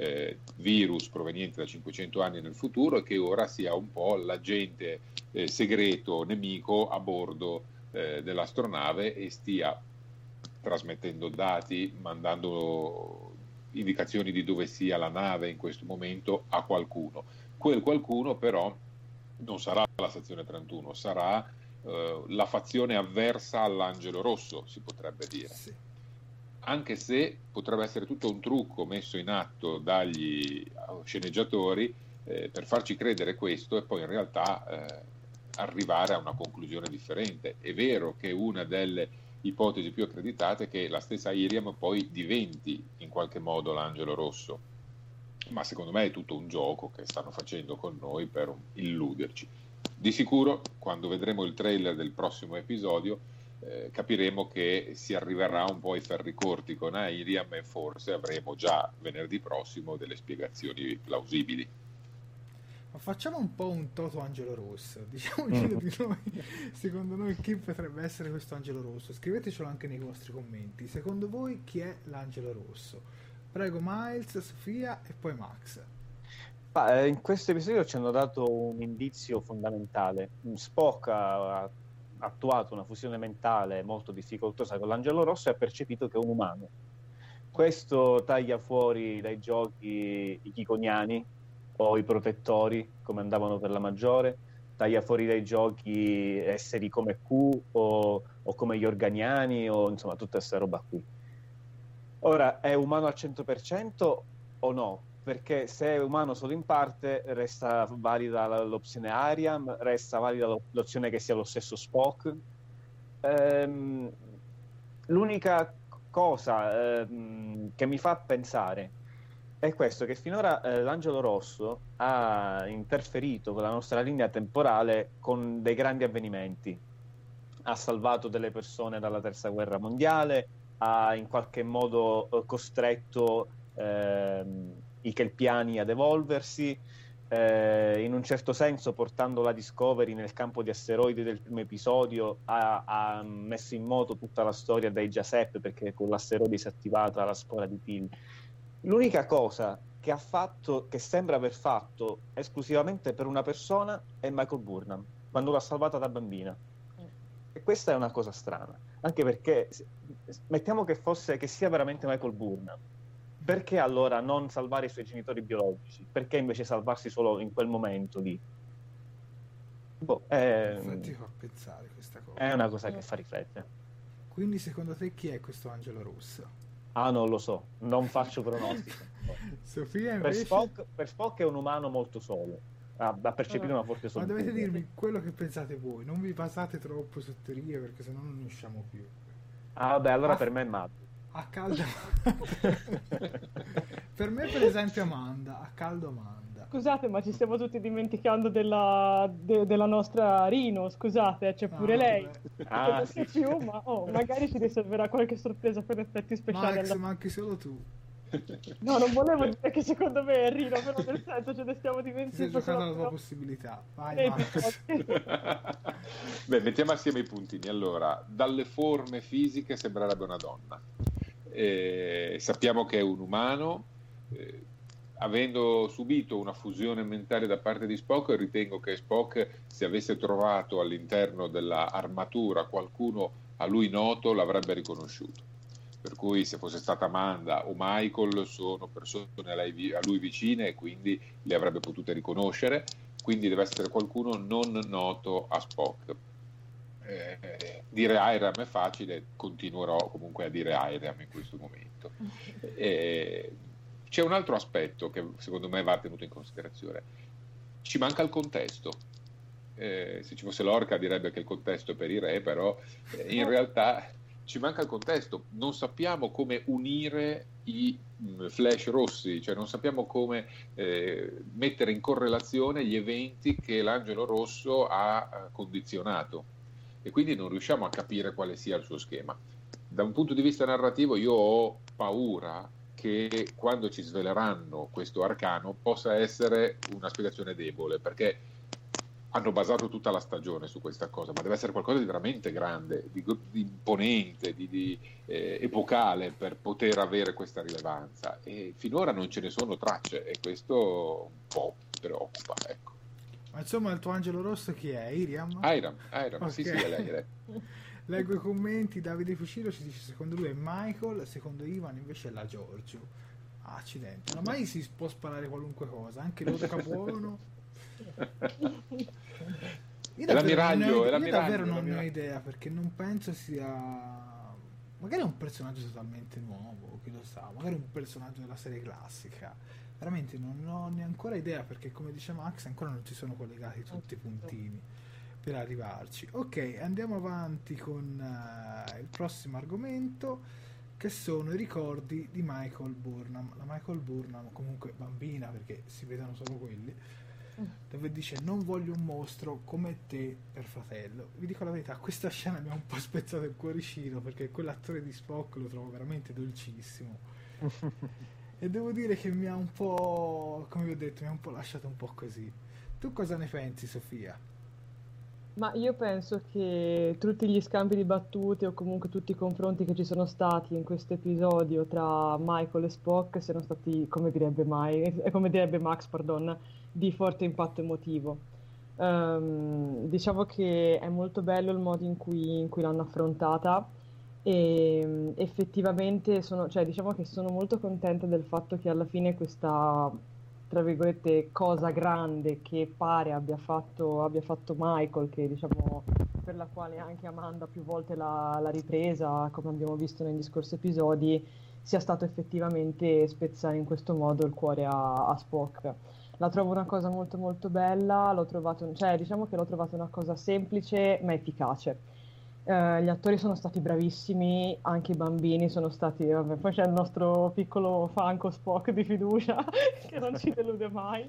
virus proveniente da 500 anni nel futuro, e che ora sia un po' l'agente segreto nemico a bordo dell'astronave e stia trasmettendo dati, mandando indicazioni di dove sia la nave in questo momento a qualcuno. Quel qualcuno però non sarà la sezione 31, sarà la fazione avversa all'Angelo Rosso, si potrebbe dire. Sì. Anche se potrebbe essere tutto un trucco messo in atto dagli sceneggiatori per farci credere questo e poi in realtà arrivare a una conclusione differente. È vero che una delle ipotesi più accreditate è che la stessa Airiam poi diventi in qualche modo l'Angelo Rosso, ma secondo me è tutto un gioco che stanno facendo con noi per illuderci. Di sicuro, quando vedremo il trailer del prossimo episodio, capiremo che si arriverà un po' ai ferri corti con Airiam e forse avremo già venerdì prossimo delle spiegazioni plausibili. Ma facciamo un po' un Toto Angelo Rosso, diciamocelo di noi. Secondo noi chi potrebbe essere questo Angelo Rosso? Scrivetecelo anche nei vostri commenti. Secondo voi chi è l'Angelo Rosso? Prego Miles, Sofia e poi Max. In questo episodio ci hanno dato un indizio fondamentale. Spock ha attuato una fusione mentale molto difficoltosa con l'Angelo Rosso e ha percepito che è un umano. Questo taglia fuori dai giochi i Kikoniani o i protettori, come andavano per la maggiore, taglia fuori dai giochi esseri come Q o come gli Organiani o insomma tutta questa roba qui. Ora, è umano al 100% o no? Perché se è umano solo in parte resta valida l'opzione Airiam, resta valida l'opzione che sia lo stesso Spock. L'unica cosa che mi fa pensare è questo, che finora l'Angelo Rosso ha interferito con la nostra linea temporale con dei grandi avvenimenti. Ha salvato delle persone dalla terza guerra mondiale, ha in qualche modo costretto i Kelpiani ad evolversi, in un certo senso portando la Discovery nel campo di asteroidi del primo episodio ha messo in moto tutta la storia dei Jasep, perché con l'asteroide si è attivata la spora di Pil. L'unica cosa che ha fatto, che sembra aver fatto esclusivamente per una persona, è Michael Burnham, quando l'ha salvata da bambina. E questa è una cosa strana, anche perché mettiamo che sia veramente Michael Burnham. Perché allora non salvare i suoi genitori biologici? Perché invece salvarsi solo in quel momento lì? Infatti fa pensare questa cosa. È una cosa che fa riflettere. Quindi secondo te chi è questo Angelo Rosso? Ah, non lo so, non faccio pronostico. Sofia invece... Per Spock è un umano molto solo, ha percepito una forte Ma solitudine. dovete dirmi quello che pensate voi, non vi basate troppo su teorie perché sennò non ne usciamo più. Ah vabbè, allora per me è Matt. A caldo per me per esempio Amanda, a caldo Amanda. Scusate, ma ci stiamo tutti dimenticando della nostra Rino, scusate, c'è pure lei. Ah, sì. Più, ma magari ci riserverà qualche sorpresa per effetti speciali. Max, ma anche solo tu. No, non volevo dire che secondo me è Rino, però nel senso ce ne stiamo dimenticando. Sei giocato la tua possibilità. Vai, Max. Beh, mettiamo assieme i puntini. Allora, dalle forme fisiche sembrerebbe una donna. Sappiamo che è un umano. Avendo subito una fusione mentale da parte di Spock, ritengo che Spock, se avesse trovato all'interno dell'armatura qualcuno a lui noto, l'avrebbe riconosciuto. Per cui se fosse stata Amanda o Michael sono persone a lui vicine e quindi le avrebbe potute riconoscere, quindi deve essere qualcuno non noto a Spock. Dire Hiram è facile, continuerò comunque a dire Hiram in questo momento. C'è un altro aspetto che secondo me va tenuto in considerazione: ci manca il contesto. Se ci fosse Lorca direbbe che il contesto è per i re, però in realtà ci manca il contesto, non sappiamo come unire i flash rossi, cioè non sappiamo come mettere in correlazione gli eventi che l'angelo rosso ha condizionato, e quindi non riusciamo a capire quale sia il suo schema. Da un punto di vista narrativo io ho paura che quando ci sveleranno questo arcano possa essere una spiegazione debole, perché hanno basato tutta la stagione su questa cosa, ma deve essere qualcosa di veramente grande, di imponente, di epocale per poter avere questa rilevanza, e finora non ce ne sono tracce e questo un po' mi preoccupa, ecco. Ma insomma il tuo angelo rosso chi è? Hiram? Hiram, Okay. sì, è lei. Leggo i commenti. Davide Fucilo ci dice secondo lui è Michael, secondo Ivan invece è la Giorgio. Accidenti, ormai si può sparare qualunque cosa, anche l'Oca buono. Io davvero non ne ho idea, perché non penso sia, magari è un personaggio totalmente nuovo, chi lo sa, magari un personaggio della serie classica, veramente non ho neanche ancora idea, perché come dice Max ancora non ci sono collegati tutti i puntini per arrivarci. Ok, andiamo avanti con il prossimo argomento, che sono i ricordi di Michael Burnham. La Michael Burnham, comunque bambina, perché si vedono solo quelli, dove dice: non voglio un mostro come te per fratello. Vi dico la verità, questa scena mi ha un po' spezzato il cuoricino, perché quell'attore di Spock lo trovo veramente dolcissimo e devo dire che mi ha un po', come vi ho detto, mi ha un po' lasciato un po' così. Tu cosa ne pensi, Sofia? Ma io penso che tutti gli scambi di battute o comunque tutti i confronti che ci sono stati in questo episodio tra Michael e Spock siano stati, come direbbe Max, di forte impatto emotivo. Diciamo che è molto bello il modo in cui l'hanno affrontata, e effettivamente diciamo che sono molto contenta del fatto che alla fine questa, tra virgolette, cosa grande che pare abbia fatto Michael, che diciamo per la quale anche Amanda più volte l'ha ripresa, come abbiamo visto negli scorsi episodi, sia stato effettivamente spezzare in questo modo il cuore a Spock. La trovo una cosa molto molto bella, diciamo che l'ho trovata una cosa semplice ma efficace. Gli attori sono stati bravissimi, anche i bambini sono stati, poi c'è il nostro piccolo Funko Spock di fiducia che non ci delude mai,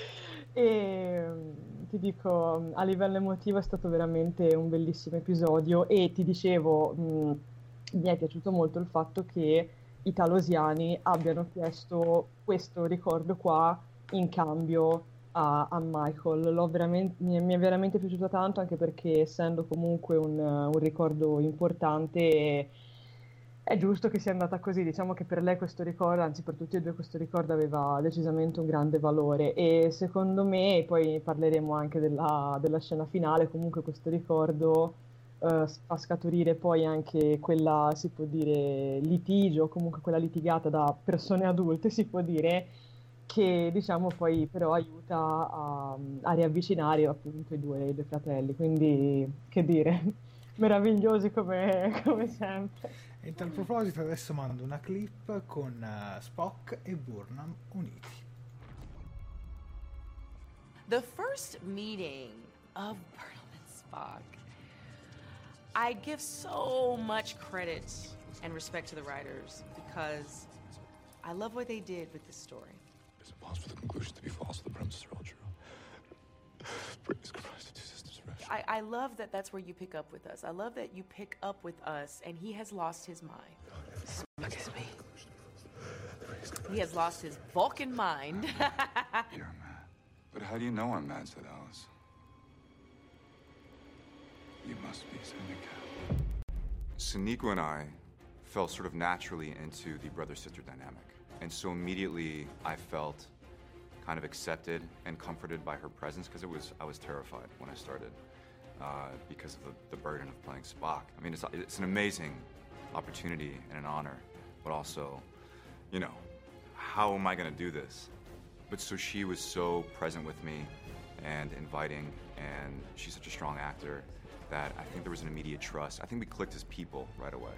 e ti dico, a livello emotivo è stato veramente un bellissimo episodio, e ti dicevo, mi è piaciuto molto il fatto che i talosiani abbiano chiesto questo ricordo qua in cambio a Michael. Mi è veramente piaciuto tanto, anche perché essendo comunque un ricordo importante è giusto che sia andata così. Diciamo che per lei questo ricordo, anzi per tutti e due questo ricordo aveva decisamente un grande valore, e secondo me, poi parleremo anche della scena finale, comunque questo ricordo fa scaturire poi anche quella, si può dire, litigio, comunque quella litigata da persone adulte, si può dire, che diciamo poi però aiuta a riavvicinare appunto i due fratelli, quindi che dire, meravigliosi come sempre. E in tal proposito adesso mando una clip con Spock e Burnham uniti. The first meeting of Burnham and Spock, I give so much credit and respect to the writers, because I love what they did with this story. It's impossible for the conclusion to be false. The premises are all true. Brittany's comprised of two sisters, Resh. I love that that's where you pick up with us. I love that you pick up with us, and he has lost his mind. Spock is me. The race He has lost his Vulcan mind. You're mad. But how do you know I'm mad, said Alice. You must be Sonika. Sonika and I fell sort of naturally into the brother-sister dynamic. And so immediately I felt kind of accepted and comforted by her presence, because I was terrified when I started because of the burden of playing Spock. I mean, it's an amazing opportunity and an honor, but also, you know, how am I going to do this? But so she was so present with me and inviting, and she's such a strong actor that I think there was an immediate trust. I think we clicked as people right away.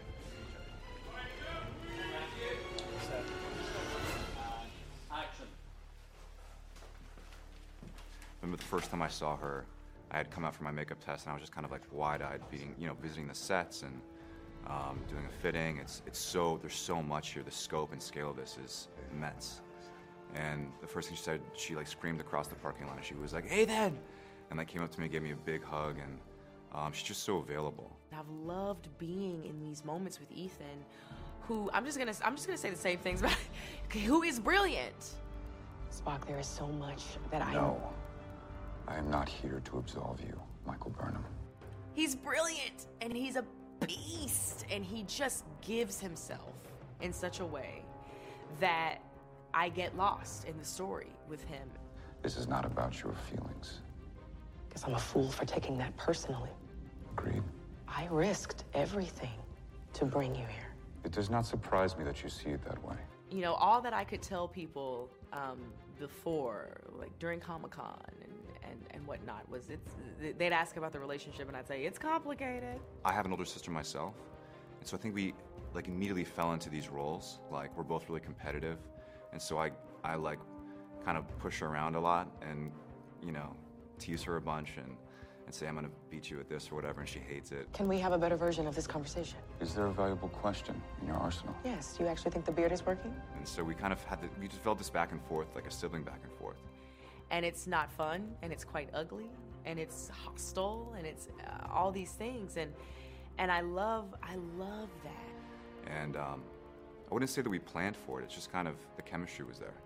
Remember the first time I saw her, I had come out for my makeup test, and I was just kind of like wide-eyed, visiting the sets and doing a fitting. There's so much here. The scope and scale of this is immense. And the first thing she said, she like screamed across the parking lot, and she was like, "Hey, then!" And like came up to me and gave me a big hug, and she's just so available. I've loved being in these moments with Ethan, who I'm just gonna say the same things about, who is brilliant. Spock, there is so much that No, I am not here to absolve you, Michael Burnham. He's brilliant, and he's a beast, and he just gives himself in such a way that I get lost in the story with him. This is not about your feelings. Because I'm a fool for taking that personally. Agreed. I risked everything to bring you here. It does not surprise me that you see it that way. You know, all that I could tell people before, like during Comic-Con and whatnot, was they'd ask about the relationship, and I'd say, it's complicated. I have an older sister myself, and so I think we like immediately fell into these roles. Like, we're both really competitive, and so I like kind of push her around a lot and, you know, tease her a bunch and say, I'm gonna beat you at this or whatever, and she hates it. Can we have a better version of this conversation? Is there a valuable question in your arsenal? Yes. Do you actually think the beard is working? And so we kind of we just felt this back and forth, like a sibling back and forth. And it's not fun, and it's quite ugly, and it's hostile, and it's all these things, and I love that. And I wouldn't say that we planned for it. It's just kind of the chemistry was there.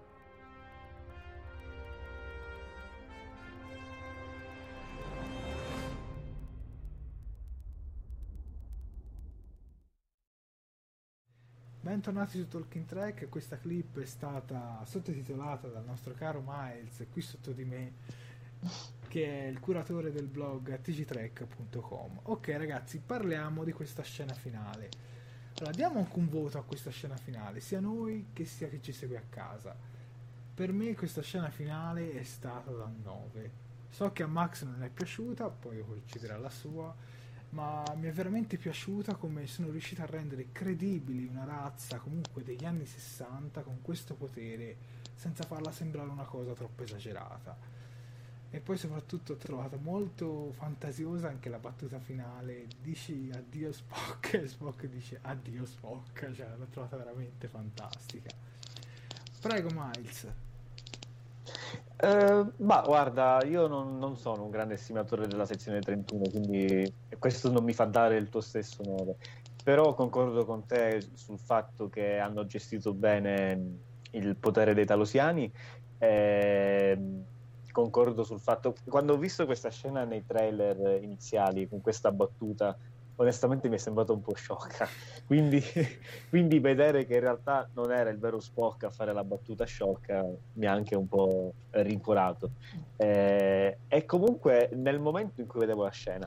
Bentornati su Talking Trek. Questa clip è stata sottotitolata dal nostro caro Miles, qui sotto di me, che è il curatore del blog tgtrek.com. Ok ragazzi, parliamo di questa scena finale. Allora, diamo anche un voto a questa scena finale, sia noi che sia chi ci segue a casa. Per me questa scena finale è stata da 9. So che a Max non è piaciuta, poi ci dirà la sua, ma mi è veramente piaciuta come sono riuscita a rendere credibili una razza comunque degli anni 60 con questo potere, senza farla sembrare una cosa troppo esagerata. E poi soprattutto ho trovato molto fantasiosa anche la battuta finale: dici addio Spock, e Spock dice addio Spock, cioè l'ho trovata veramente fantastica. Prego Miles. Ma guarda, io non sono un grande estimatore della sezione 31, quindi questo non mi fa dare il tuo stesso 9, però concordo con te sul fatto che hanno gestito bene il potere dei Talosiani. Concordo sul fatto, quando ho visto questa scena nei trailer iniziali con questa battuta, onestamente mi è sembrato un po' sciocca, quindi vedere che in realtà non era il vero Spock a fare la battuta sciocca mi ha anche un po' rincuorato. E comunque nel momento in cui vedevo la scena,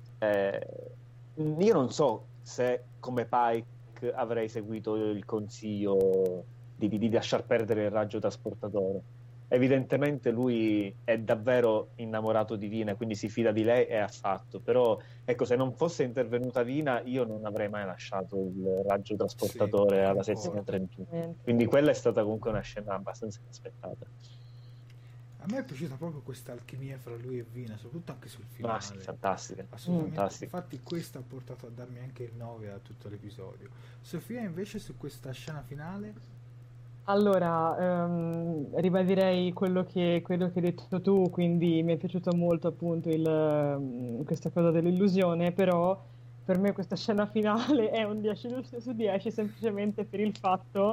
io non so se come Pike avrei seguito il consiglio di lasciar perdere il raggio trasportatore. Evidentemente lui è davvero innamorato di Vina, quindi si fida di lei e ha fatto. Però ecco, se non fosse intervenuta Vina, io non avrei mai lasciato il raggio trasportatore alla sezione 31. Quindi quella è stata comunque una scena abbastanza inaspettata. A me è piaciuta proprio questa alchimia fra lui e Vina, soprattutto anche sul finale. Ah, sì, fantastica. Assolutamente. Fantastica. Infatti questo ha portato a darmi anche il 9 a tutto l'episodio. Sofia invece su questa scena finale? Allora, ribadirei quello che hai detto tu, quindi mi è piaciuto molto appunto questa cosa dell'illusione, però per me questa scena finale è un 10 su 10 semplicemente per il fatto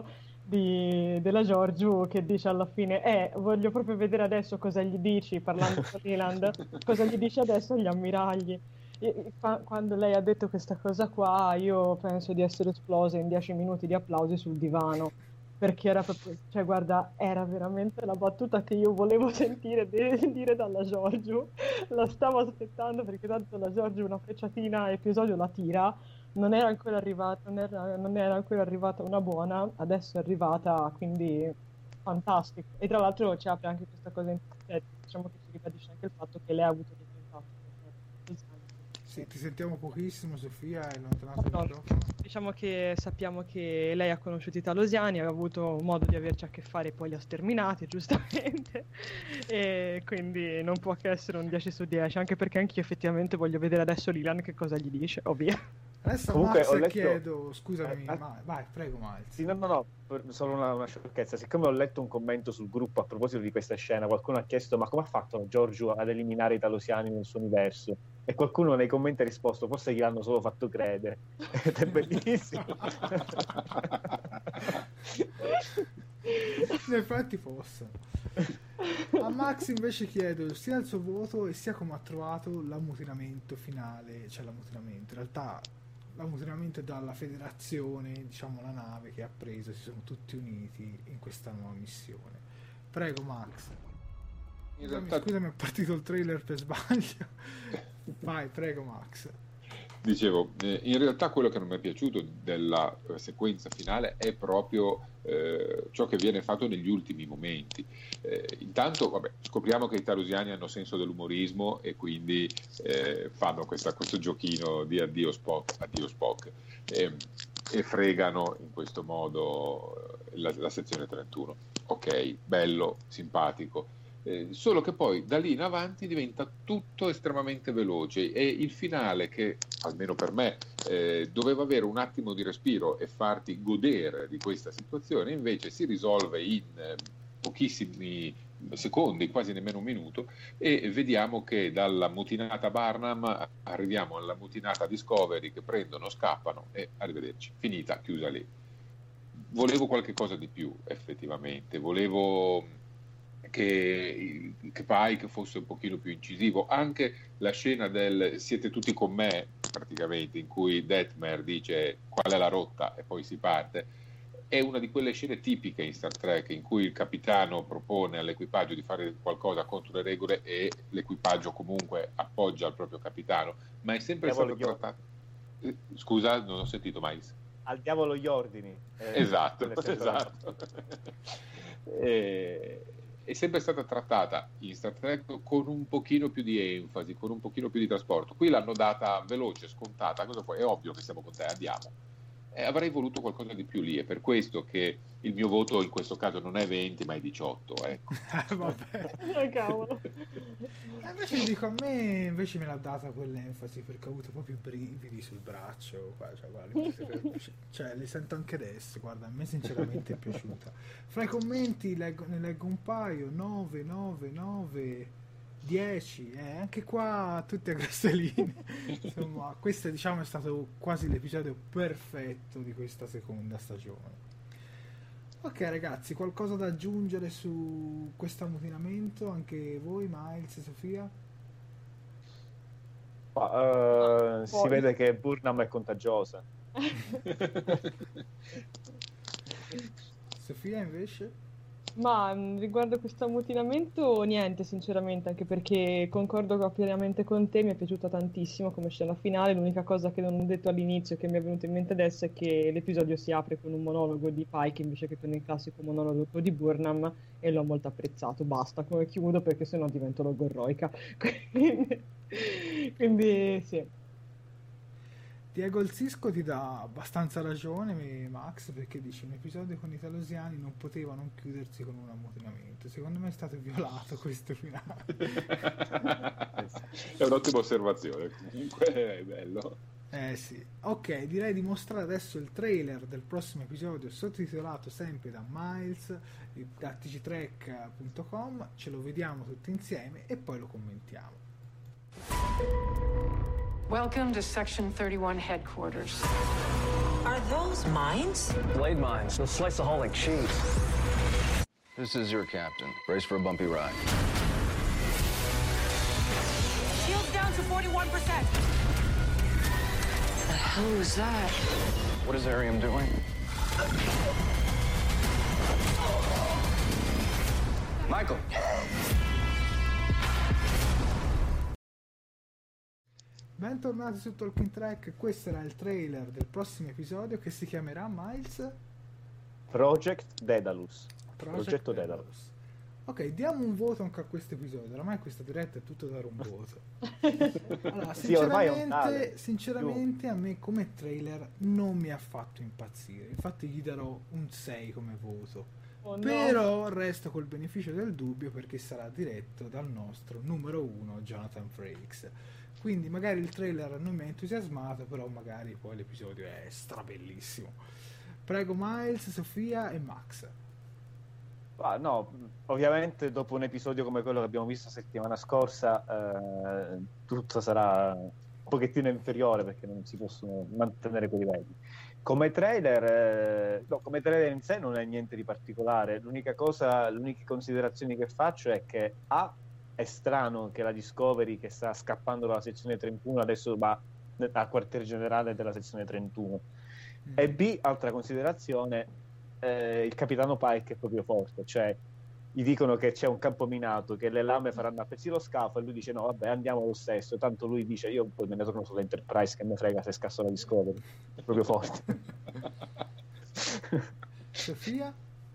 della Giorgio, che dice alla fine voglio proprio vedere adesso cosa gli dici, parlando con Leland, cosa gli dici adesso agli ammiragli. E quando lei ha detto questa cosa qua, io penso di essere esplosa in 10 minuti di applausi sul divano, perché era proprio, cioè guarda, era veramente la battuta che io volevo sentire dire dalla Giorgio. La stavo aspettando, perché tanto la Giorgio una frecciatina a episodio la tira. Non era ancora arrivata una buona, adesso è arrivata, quindi fantastico. E tra l'altro ci apre anche questa cosa, diciamo che si ribadisce anche il fatto che lei ha avuto dei contatti. Sì, ti sentiamo pochissimo, Sofia, è lontanato il microfono. Diciamo che sappiamo che lei ha conosciuto i talosiani, ha avuto modo di averci a che fare, poi li ha sterminati, giustamente, e quindi non può che essere un 10 su 10, anche perché anch'io effettivamente voglio vedere adesso Lilan che cosa gli dice, ovvio. Adesso Comunque, Max chiedo, scusami, vai, prego Miles. Sì, no, solo una sciocchezza. Siccome ho letto un commento sul gruppo a proposito di questa scena, qualcuno ha chiesto ma come ha fatto Giorgio ad eliminare i talosiani nel suo universo? E qualcuno nei commenti ha risposto forse gli hanno solo fatto credere. Ed è bellissimo. In effetti fosse. A Max invece chiedo sia il suo voto e sia come ha trovato l'ammutinamento finale, cioè l'ammutinamento, in realtà l'ammutinamento dalla federazione, diciamo la nave che ha preso, si sono tutti uniti in questa nuova missione. Prego Max. Scusami, è partito il trailer per sbaglio. Vai, prego Max. Dicevo, in realtà quello che non mi è piaciuto della sequenza finale è proprio ciò che viene fatto negli ultimi momenti. Intanto, scopriamo che i talosiani hanno senso dell'umorismo e quindi fanno questo giochino di addio Spock e fregano in questo modo la sezione 31. Ok, bello, simpatico. Solo che poi da lì in avanti diventa tutto estremamente veloce e il finale, che almeno per me doveva avere un attimo di respiro e farti godere di questa situazione, invece si risolve in pochissimi secondi, quasi nemmeno un minuto, e vediamo che dalla mutinata Barnum arriviamo alla mutinata Discovery, che prendono, scappano e arrivederci, finita, chiusa lì. Volevo qualche cosa di più, effettivamente, volevo che Pike fosse un pochino più incisivo. Anche la scena del siete tutti con me, praticamente, in cui Detmer dice qual è la rotta e poi si parte, è una di quelle scene tipiche in Star Trek in cui il capitano propone all'equipaggio di fare qualcosa contro le regole e l'equipaggio comunque appoggia il proprio capitano, ma è sempre stato trattato. Scusa, non ho sentito Miles. Al diavolo gli ordini. Esatto. È sempre stata trattata in Star Trek con un pochino più di enfasi, con un pochino più di trasporto. Qui l'hanno data veloce, scontata. Cosa puoi? È ovvio che siamo con te, andiamo. Avrei voluto qualcosa di più lì, è per questo che il mio voto in questo caso non è 20 ma è 18, ecco. Vabbè. Cavolo. Invece dico, a me invece me l'ha data quell'enfasi, perché ho avuto proprio i brividi sul braccio, cioè li sento anche adesso, guarda, a me sinceramente è piaciuta. Fra i commenti ne leggo un paio, 9, 10, anche qua tutte a grosse linee. Insomma, questo diciamo è stato quasi l'episodio perfetto di questa seconda stagione. Ok ragazzi, qualcosa da aggiungere su questo ammutinamento? Anche voi, Miles e Sofia? Si vede che Burnham è contagiosa. Sofia invece? Ma riguardo questo ammutinamento niente sinceramente, anche perché concordo pienamente con te, mi è piaciuta tantissimo come scena finale. L'unica cosa che non ho detto all'inizio che mi è venuto in mente adesso è che l'episodio si apre con un monologo di Pike invece che con il classico monologo di Burnham, e l'ho molto apprezzato. Basta, come chiudo, perché sennò divento logorroica. Quindi sì. Diego il Cisco ti dà abbastanza ragione, Max, perché dice un episodio con i talosiani non poteva non chiudersi con un ammutinamento. Secondo me è stato violato questo finale. È un'ottima osservazione, comunque è bello. Sì. Ok, direi di mostrare adesso il trailer del prossimo episodio, sottotitolato sempre da Miles, da tgtrek.com. Ce lo vediamo tutti insieme e poi lo commentiamo. Welcome to Section 31 headquarters. Are those Mines? Blade mines. They'll slice the hull like cheese. This is your captain. Brace for a bumpy ride. Shields down to 41%. The hell was that? What is Ariam doing? Michael. Bentornati su Talking Track, questo era il trailer del prossimo episodio che si chiamerà Miles Project Daedalus. Progetto Daedalus. Ok, diamo un voto anche a questo episodio. Oramai questa diretta è tutto dare un voto. Allora, sinceramente a me come trailer non mi ha fatto impazzire. Infatti gli darò un 6 come voto. Oh, però resto col beneficio del dubbio perché sarà diretto dal nostro numero 1 Jonathan Frakes. Quindi magari il trailer non mi ha entusiasmato, però magari poi l'episodio è strabellissimo. Prego Miles, Sofia e Max. No, ovviamente dopo un episodio come quello che abbiamo visto settimana scorsa tutto sarà un pochettino inferiore perché non si possono mantenere quei livelli. Come trailer in sé non è niente di particolare. L'unica considerazione che faccio è che è strano che la Discovery, che sta scappando dalla sezione 31, adesso va al quartier generale della sezione 31. E B, altra considerazione, il capitano Pike è proprio forte, cioè gli dicono che c'è un campo minato, che le lame faranno a pezzi lo scafo e lui dice no vabbè andiamo lo stesso, tanto lui dice io poi me ne torno sull'Enterprise che mi frega se scasso la Discovery. È proprio forte. Sofia?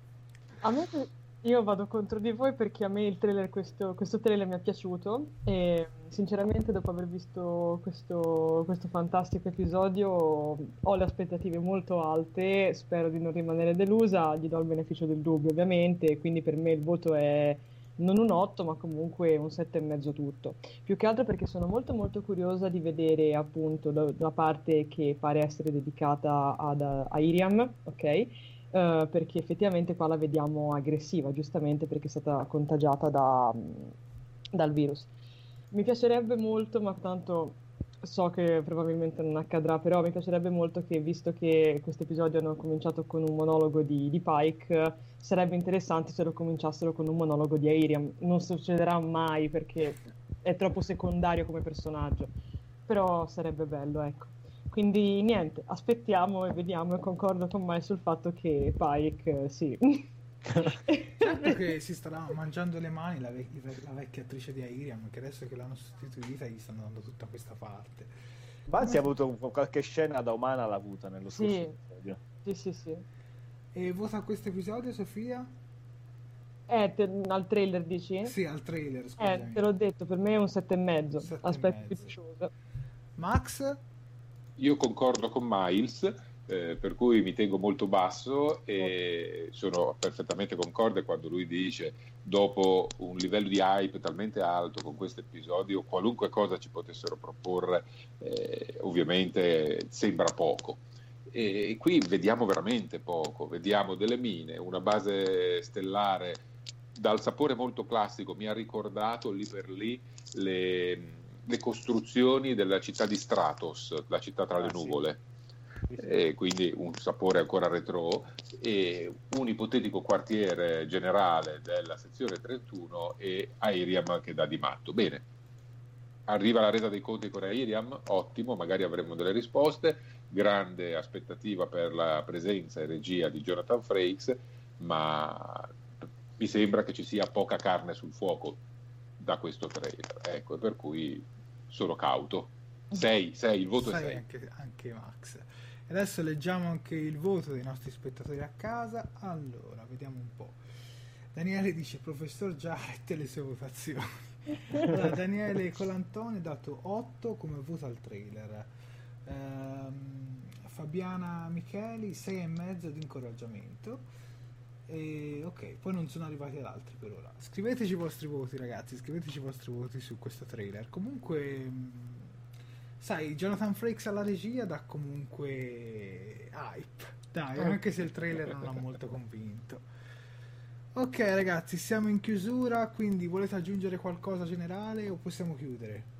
Io vado contro di voi perché a me il trailer, questo trailer mi è piaciuto e sinceramente dopo aver visto questo fantastico episodio ho le aspettative molto alte, spero di non rimanere delusa, gli do il beneficio del dubbio ovviamente, quindi per me il voto è non un 8 ma comunque un 7,5 tutto, più che altro perché sono molto molto curiosa di vedere appunto la parte che pare essere dedicata a Iriam, ok? Perché effettivamente qua la vediamo aggressiva, giustamente perché è stata contagiata dal virus. Mi piacerebbe molto, ma tanto so che probabilmente non accadrà, però mi piacerebbe molto che, visto che questo episodio hanno cominciato con un monologo di Pike, sarebbe interessante se lo cominciassero con un monologo di Iriam. Non succederà mai perché è troppo secondario come personaggio, però sarebbe bello, ecco. Quindi niente, aspettiamo e vediamo, e concordo con me sul fatto che Pike sì. Certo che si starà mangiando le mani la vecchia attrice di Iriam, che adesso che l'hanno sostituita gli stanno dando tutta questa parte. Banzi ha avuto qualche scena da umana, l'ha avuta nello scorso episodio. Sì. E vota questo episodio, Sofia? Al trailer dici? Sì, al trailer, scusami. Te l'ho detto, per me è un 7,5. Aspetto fiducioso. Max? Io concordo con Miles, per cui mi tengo molto basso e sono perfettamente concorde quando lui dice dopo un livello di hype talmente alto con questo episodio qualunque cosa ci potessero proporre ovviamente sembra poco. E qui vediamo veramente poco, vediamo delle mine, una base stellare dal sapore molto classico, mi ha ricordato lì per lì le costruzioni della città di Stratos, la città tra le nuvole, e quindi un sapore ancora retro, e un ipotetico quartiere generale della sezione 31 e Iriam che dà di matto. Bene, arriva la resa dei conti con Iriam, ottimo, magari avremo delle risposte, grande aspettativa per la presenza e regia di Jonathan Frakes, ma mi sembra che ci sia poca carne sul fuoco da questo trailer, ecco, e per cui sono cauto. 6, il voto è 6. Anche Max. Adesso leggiamo anche il voto dei nostri spettatori a casa. Allora, vediamo un po'. Daniele dice professor Jarrett e le sue votazioni. Allora, Daniele Colantone ha dato 8 come voto al trailer. Fabiana Micheli 6,5 di incoraggiamento. E ok, poi non sono arrivati ad altri per ora. Scriveteci i vostri voti, ragazzi, scriveteci i vostri voti su questo trailer. Comunque, sai, Jonathan Frakes alla regia dà comunque hype, dai, anche se il trailer non ha molto convinto. Ok ragazzi, siamo in chiusura, quindi volete aggiungere qualcosa generale o possiamo chiudere?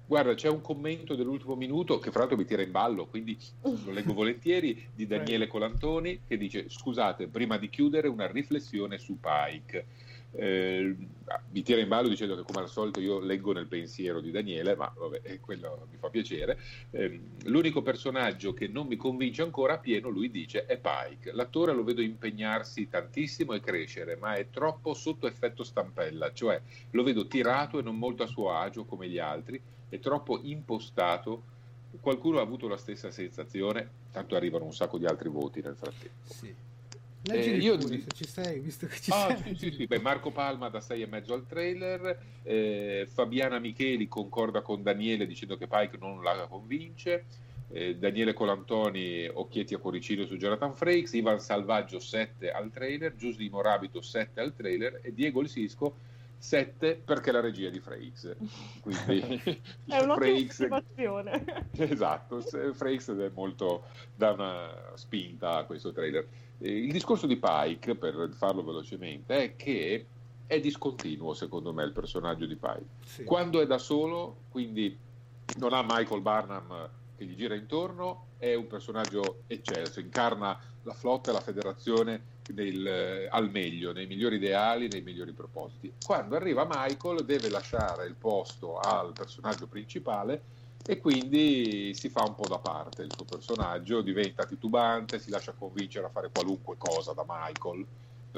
Guarda, c'è un commento dell'ultimo minuto che fra l'altro mi tira in ballo, quindi lo leggo volentieri, di Daniele Colantoni, che dice: scusate, prima di chiudere una riflessione su Pike. Mi tira in ballo dicendo che come al solito io leggo nel pensiero di Daniele, ma vabbè, quello mi fa piacere. L'unico personaggio che non mi convince ancora appieno, lui dice, è Pike. L'attore lo vedo impegnarsi tantissimo e crescere, ma è troppo sotto effetto stampella, cioè lo vedo tirato e non molto a suo agio come gli altri, è troppo impostato. Qualcuno ha avuto la stessa sensazione? Tanto arrivano un sacco di altri voti nel frattempo. Sì. Leggili pure, se ci sei, visto che ci sei. Sì. Beh, Marco Palma da 6,5 al trailer, Fabiana Micheli concorda con Daniele dicendo che Pike non la convince, Daniele Colantoni occhietti a cuoricino su Jonathan Frakes, Ivan Salvaggio 7 al trailer, Giusy Morabito 7 al trailer e Diego Il Sisco 7 perché la regia è di Frakes. Quindi è un'ottima Frakes, motivazione. Esatto, Frakes è molto, dà una spinta a questo trailer. Il discorso di Pike, per farlo velocemente, è che è discontinuo secondo me il personaggio di Pike. Sì. Quando è da solo, quindi non ha Michael Burnham che gli gira intorno, è un personaggio eccelso, incarna la flotta e la federazione al meglio, nei migliori ideali, nei migliori propositi. Quando arriva Michael deve lasciare il posto al personaggio principale e quindi si fa un po' da parte il suo personaggio, diventa titubante, si lascia convincere a fare qualunque cosa da Michael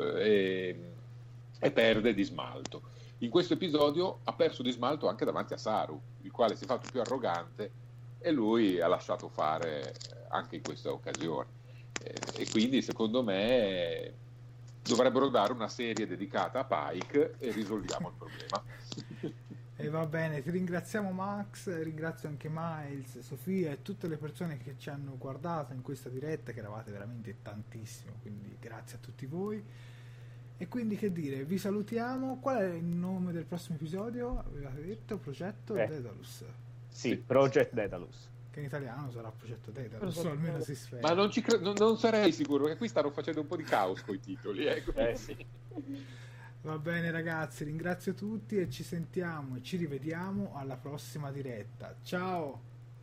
e perde di smalto. In questo episodio ha perso di smalto anche davanti a Saru, il quale si è fatto più arrogante e lui ha lasciato fare anche in questa occasione. E quindi secondo me dovrebbero dare una serie dedicata a Pike e risolviamo il problema. E va bene, ti ringraziamo Max, ringrazio anche Miles, Sofia e tutte le persone che ci hanno guardato in questa diretta, che eravate veramente tantissimo, quindi grazie a tutti voi. E quindi che dire, vi salutiamo. Qual è il nome del prossimo episodio? Avevate detto Progetto Daedalus. Sì, Project Daedalus. Che in italiano sarà Progetto Daedalus, o almeno si spera. Ma non sarei sicuro, perché qui stanno facendo un po' di caos con i titoli. Sì. Va bene ragazzi, ringrazio tutti e ci sentiamo e ci rivediamo alla prossima diretta. Ciao!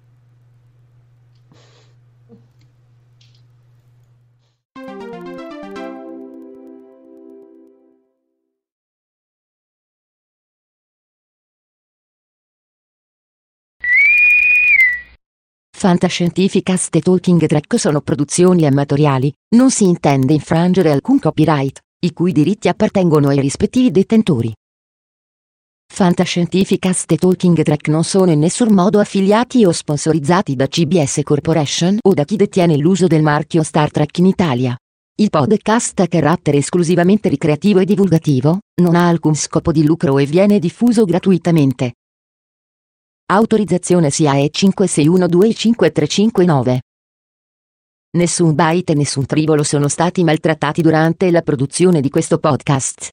Fantascientificast e Talking Track sono produzioni amatoriali, non si intende infrangere alcun copyright, i cui diritti appartengono ai rispettivi detentori. Fantascientificast e Talking Track non sono in nessun modo affiliati o sponsorizzati da CBS Corporation o da chi detiene l'uso del marchio Star Trek in Italia. Il podcast ha carattere esclusivamente ricreativo e divulgativo, non ha alcun scopo di lucro e viene diffuso gratuitamente. Autorizzazione SIAE 56125359. Nessun byte e nessun tribolo sono stati maltrattati durante la produzione di questo podcast.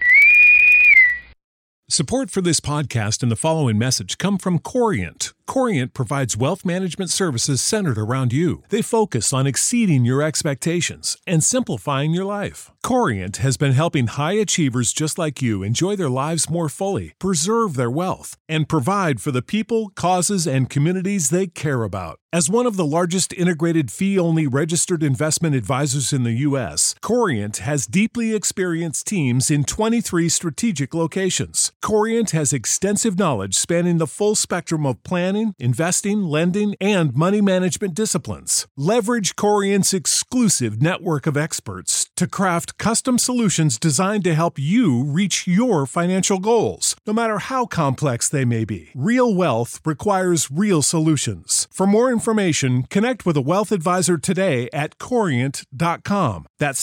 Support for this podcast and the following message come from Corient. Corient provides wealth management services centered around you. They focus on exceeding your expectations and simplifying your life. Corient has been helping high achievers just like you enjoy their lives more fully, preserve their wealth, and provide for the people, causes, and communities they care about. As one of the largest integrated fee-only registered investment advisors in the U.S., Corient has deeply experienced teams in 23 strategic locations. Corient has extensive knowledge spanning the full spectrum of planning, investing, lending, and money management disciplines. Leverage Corient's exclusive network of experts to craft custom solutions designed to help you reach your financial goals, no matter how complex they may be. Real wealth requires real solutions. For more information, connect with a wealth advisor today at Corient.com. That's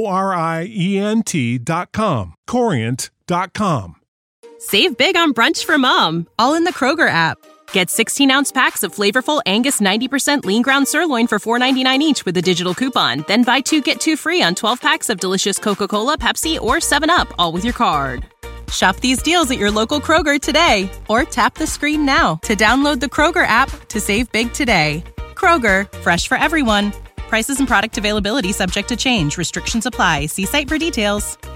Corient.com. Corient.com. Save big on brunch for mom, all in the Kroger app. Get 16-ounce packs of flavorful Angus 90% lean ground sirloin for $4.99 each with a digital coupon. Then buy 2, get 2 free on 12 packs of delicious Coca-Cola, Pepsi, or 7-Up, all with your card. Shop these deals at your local Kroger today, or tap the screen now to download the Kroger app to save big today. Kroger, fresh for everyone. Prices and product availability subject to change. Restrictions apply. See site for details.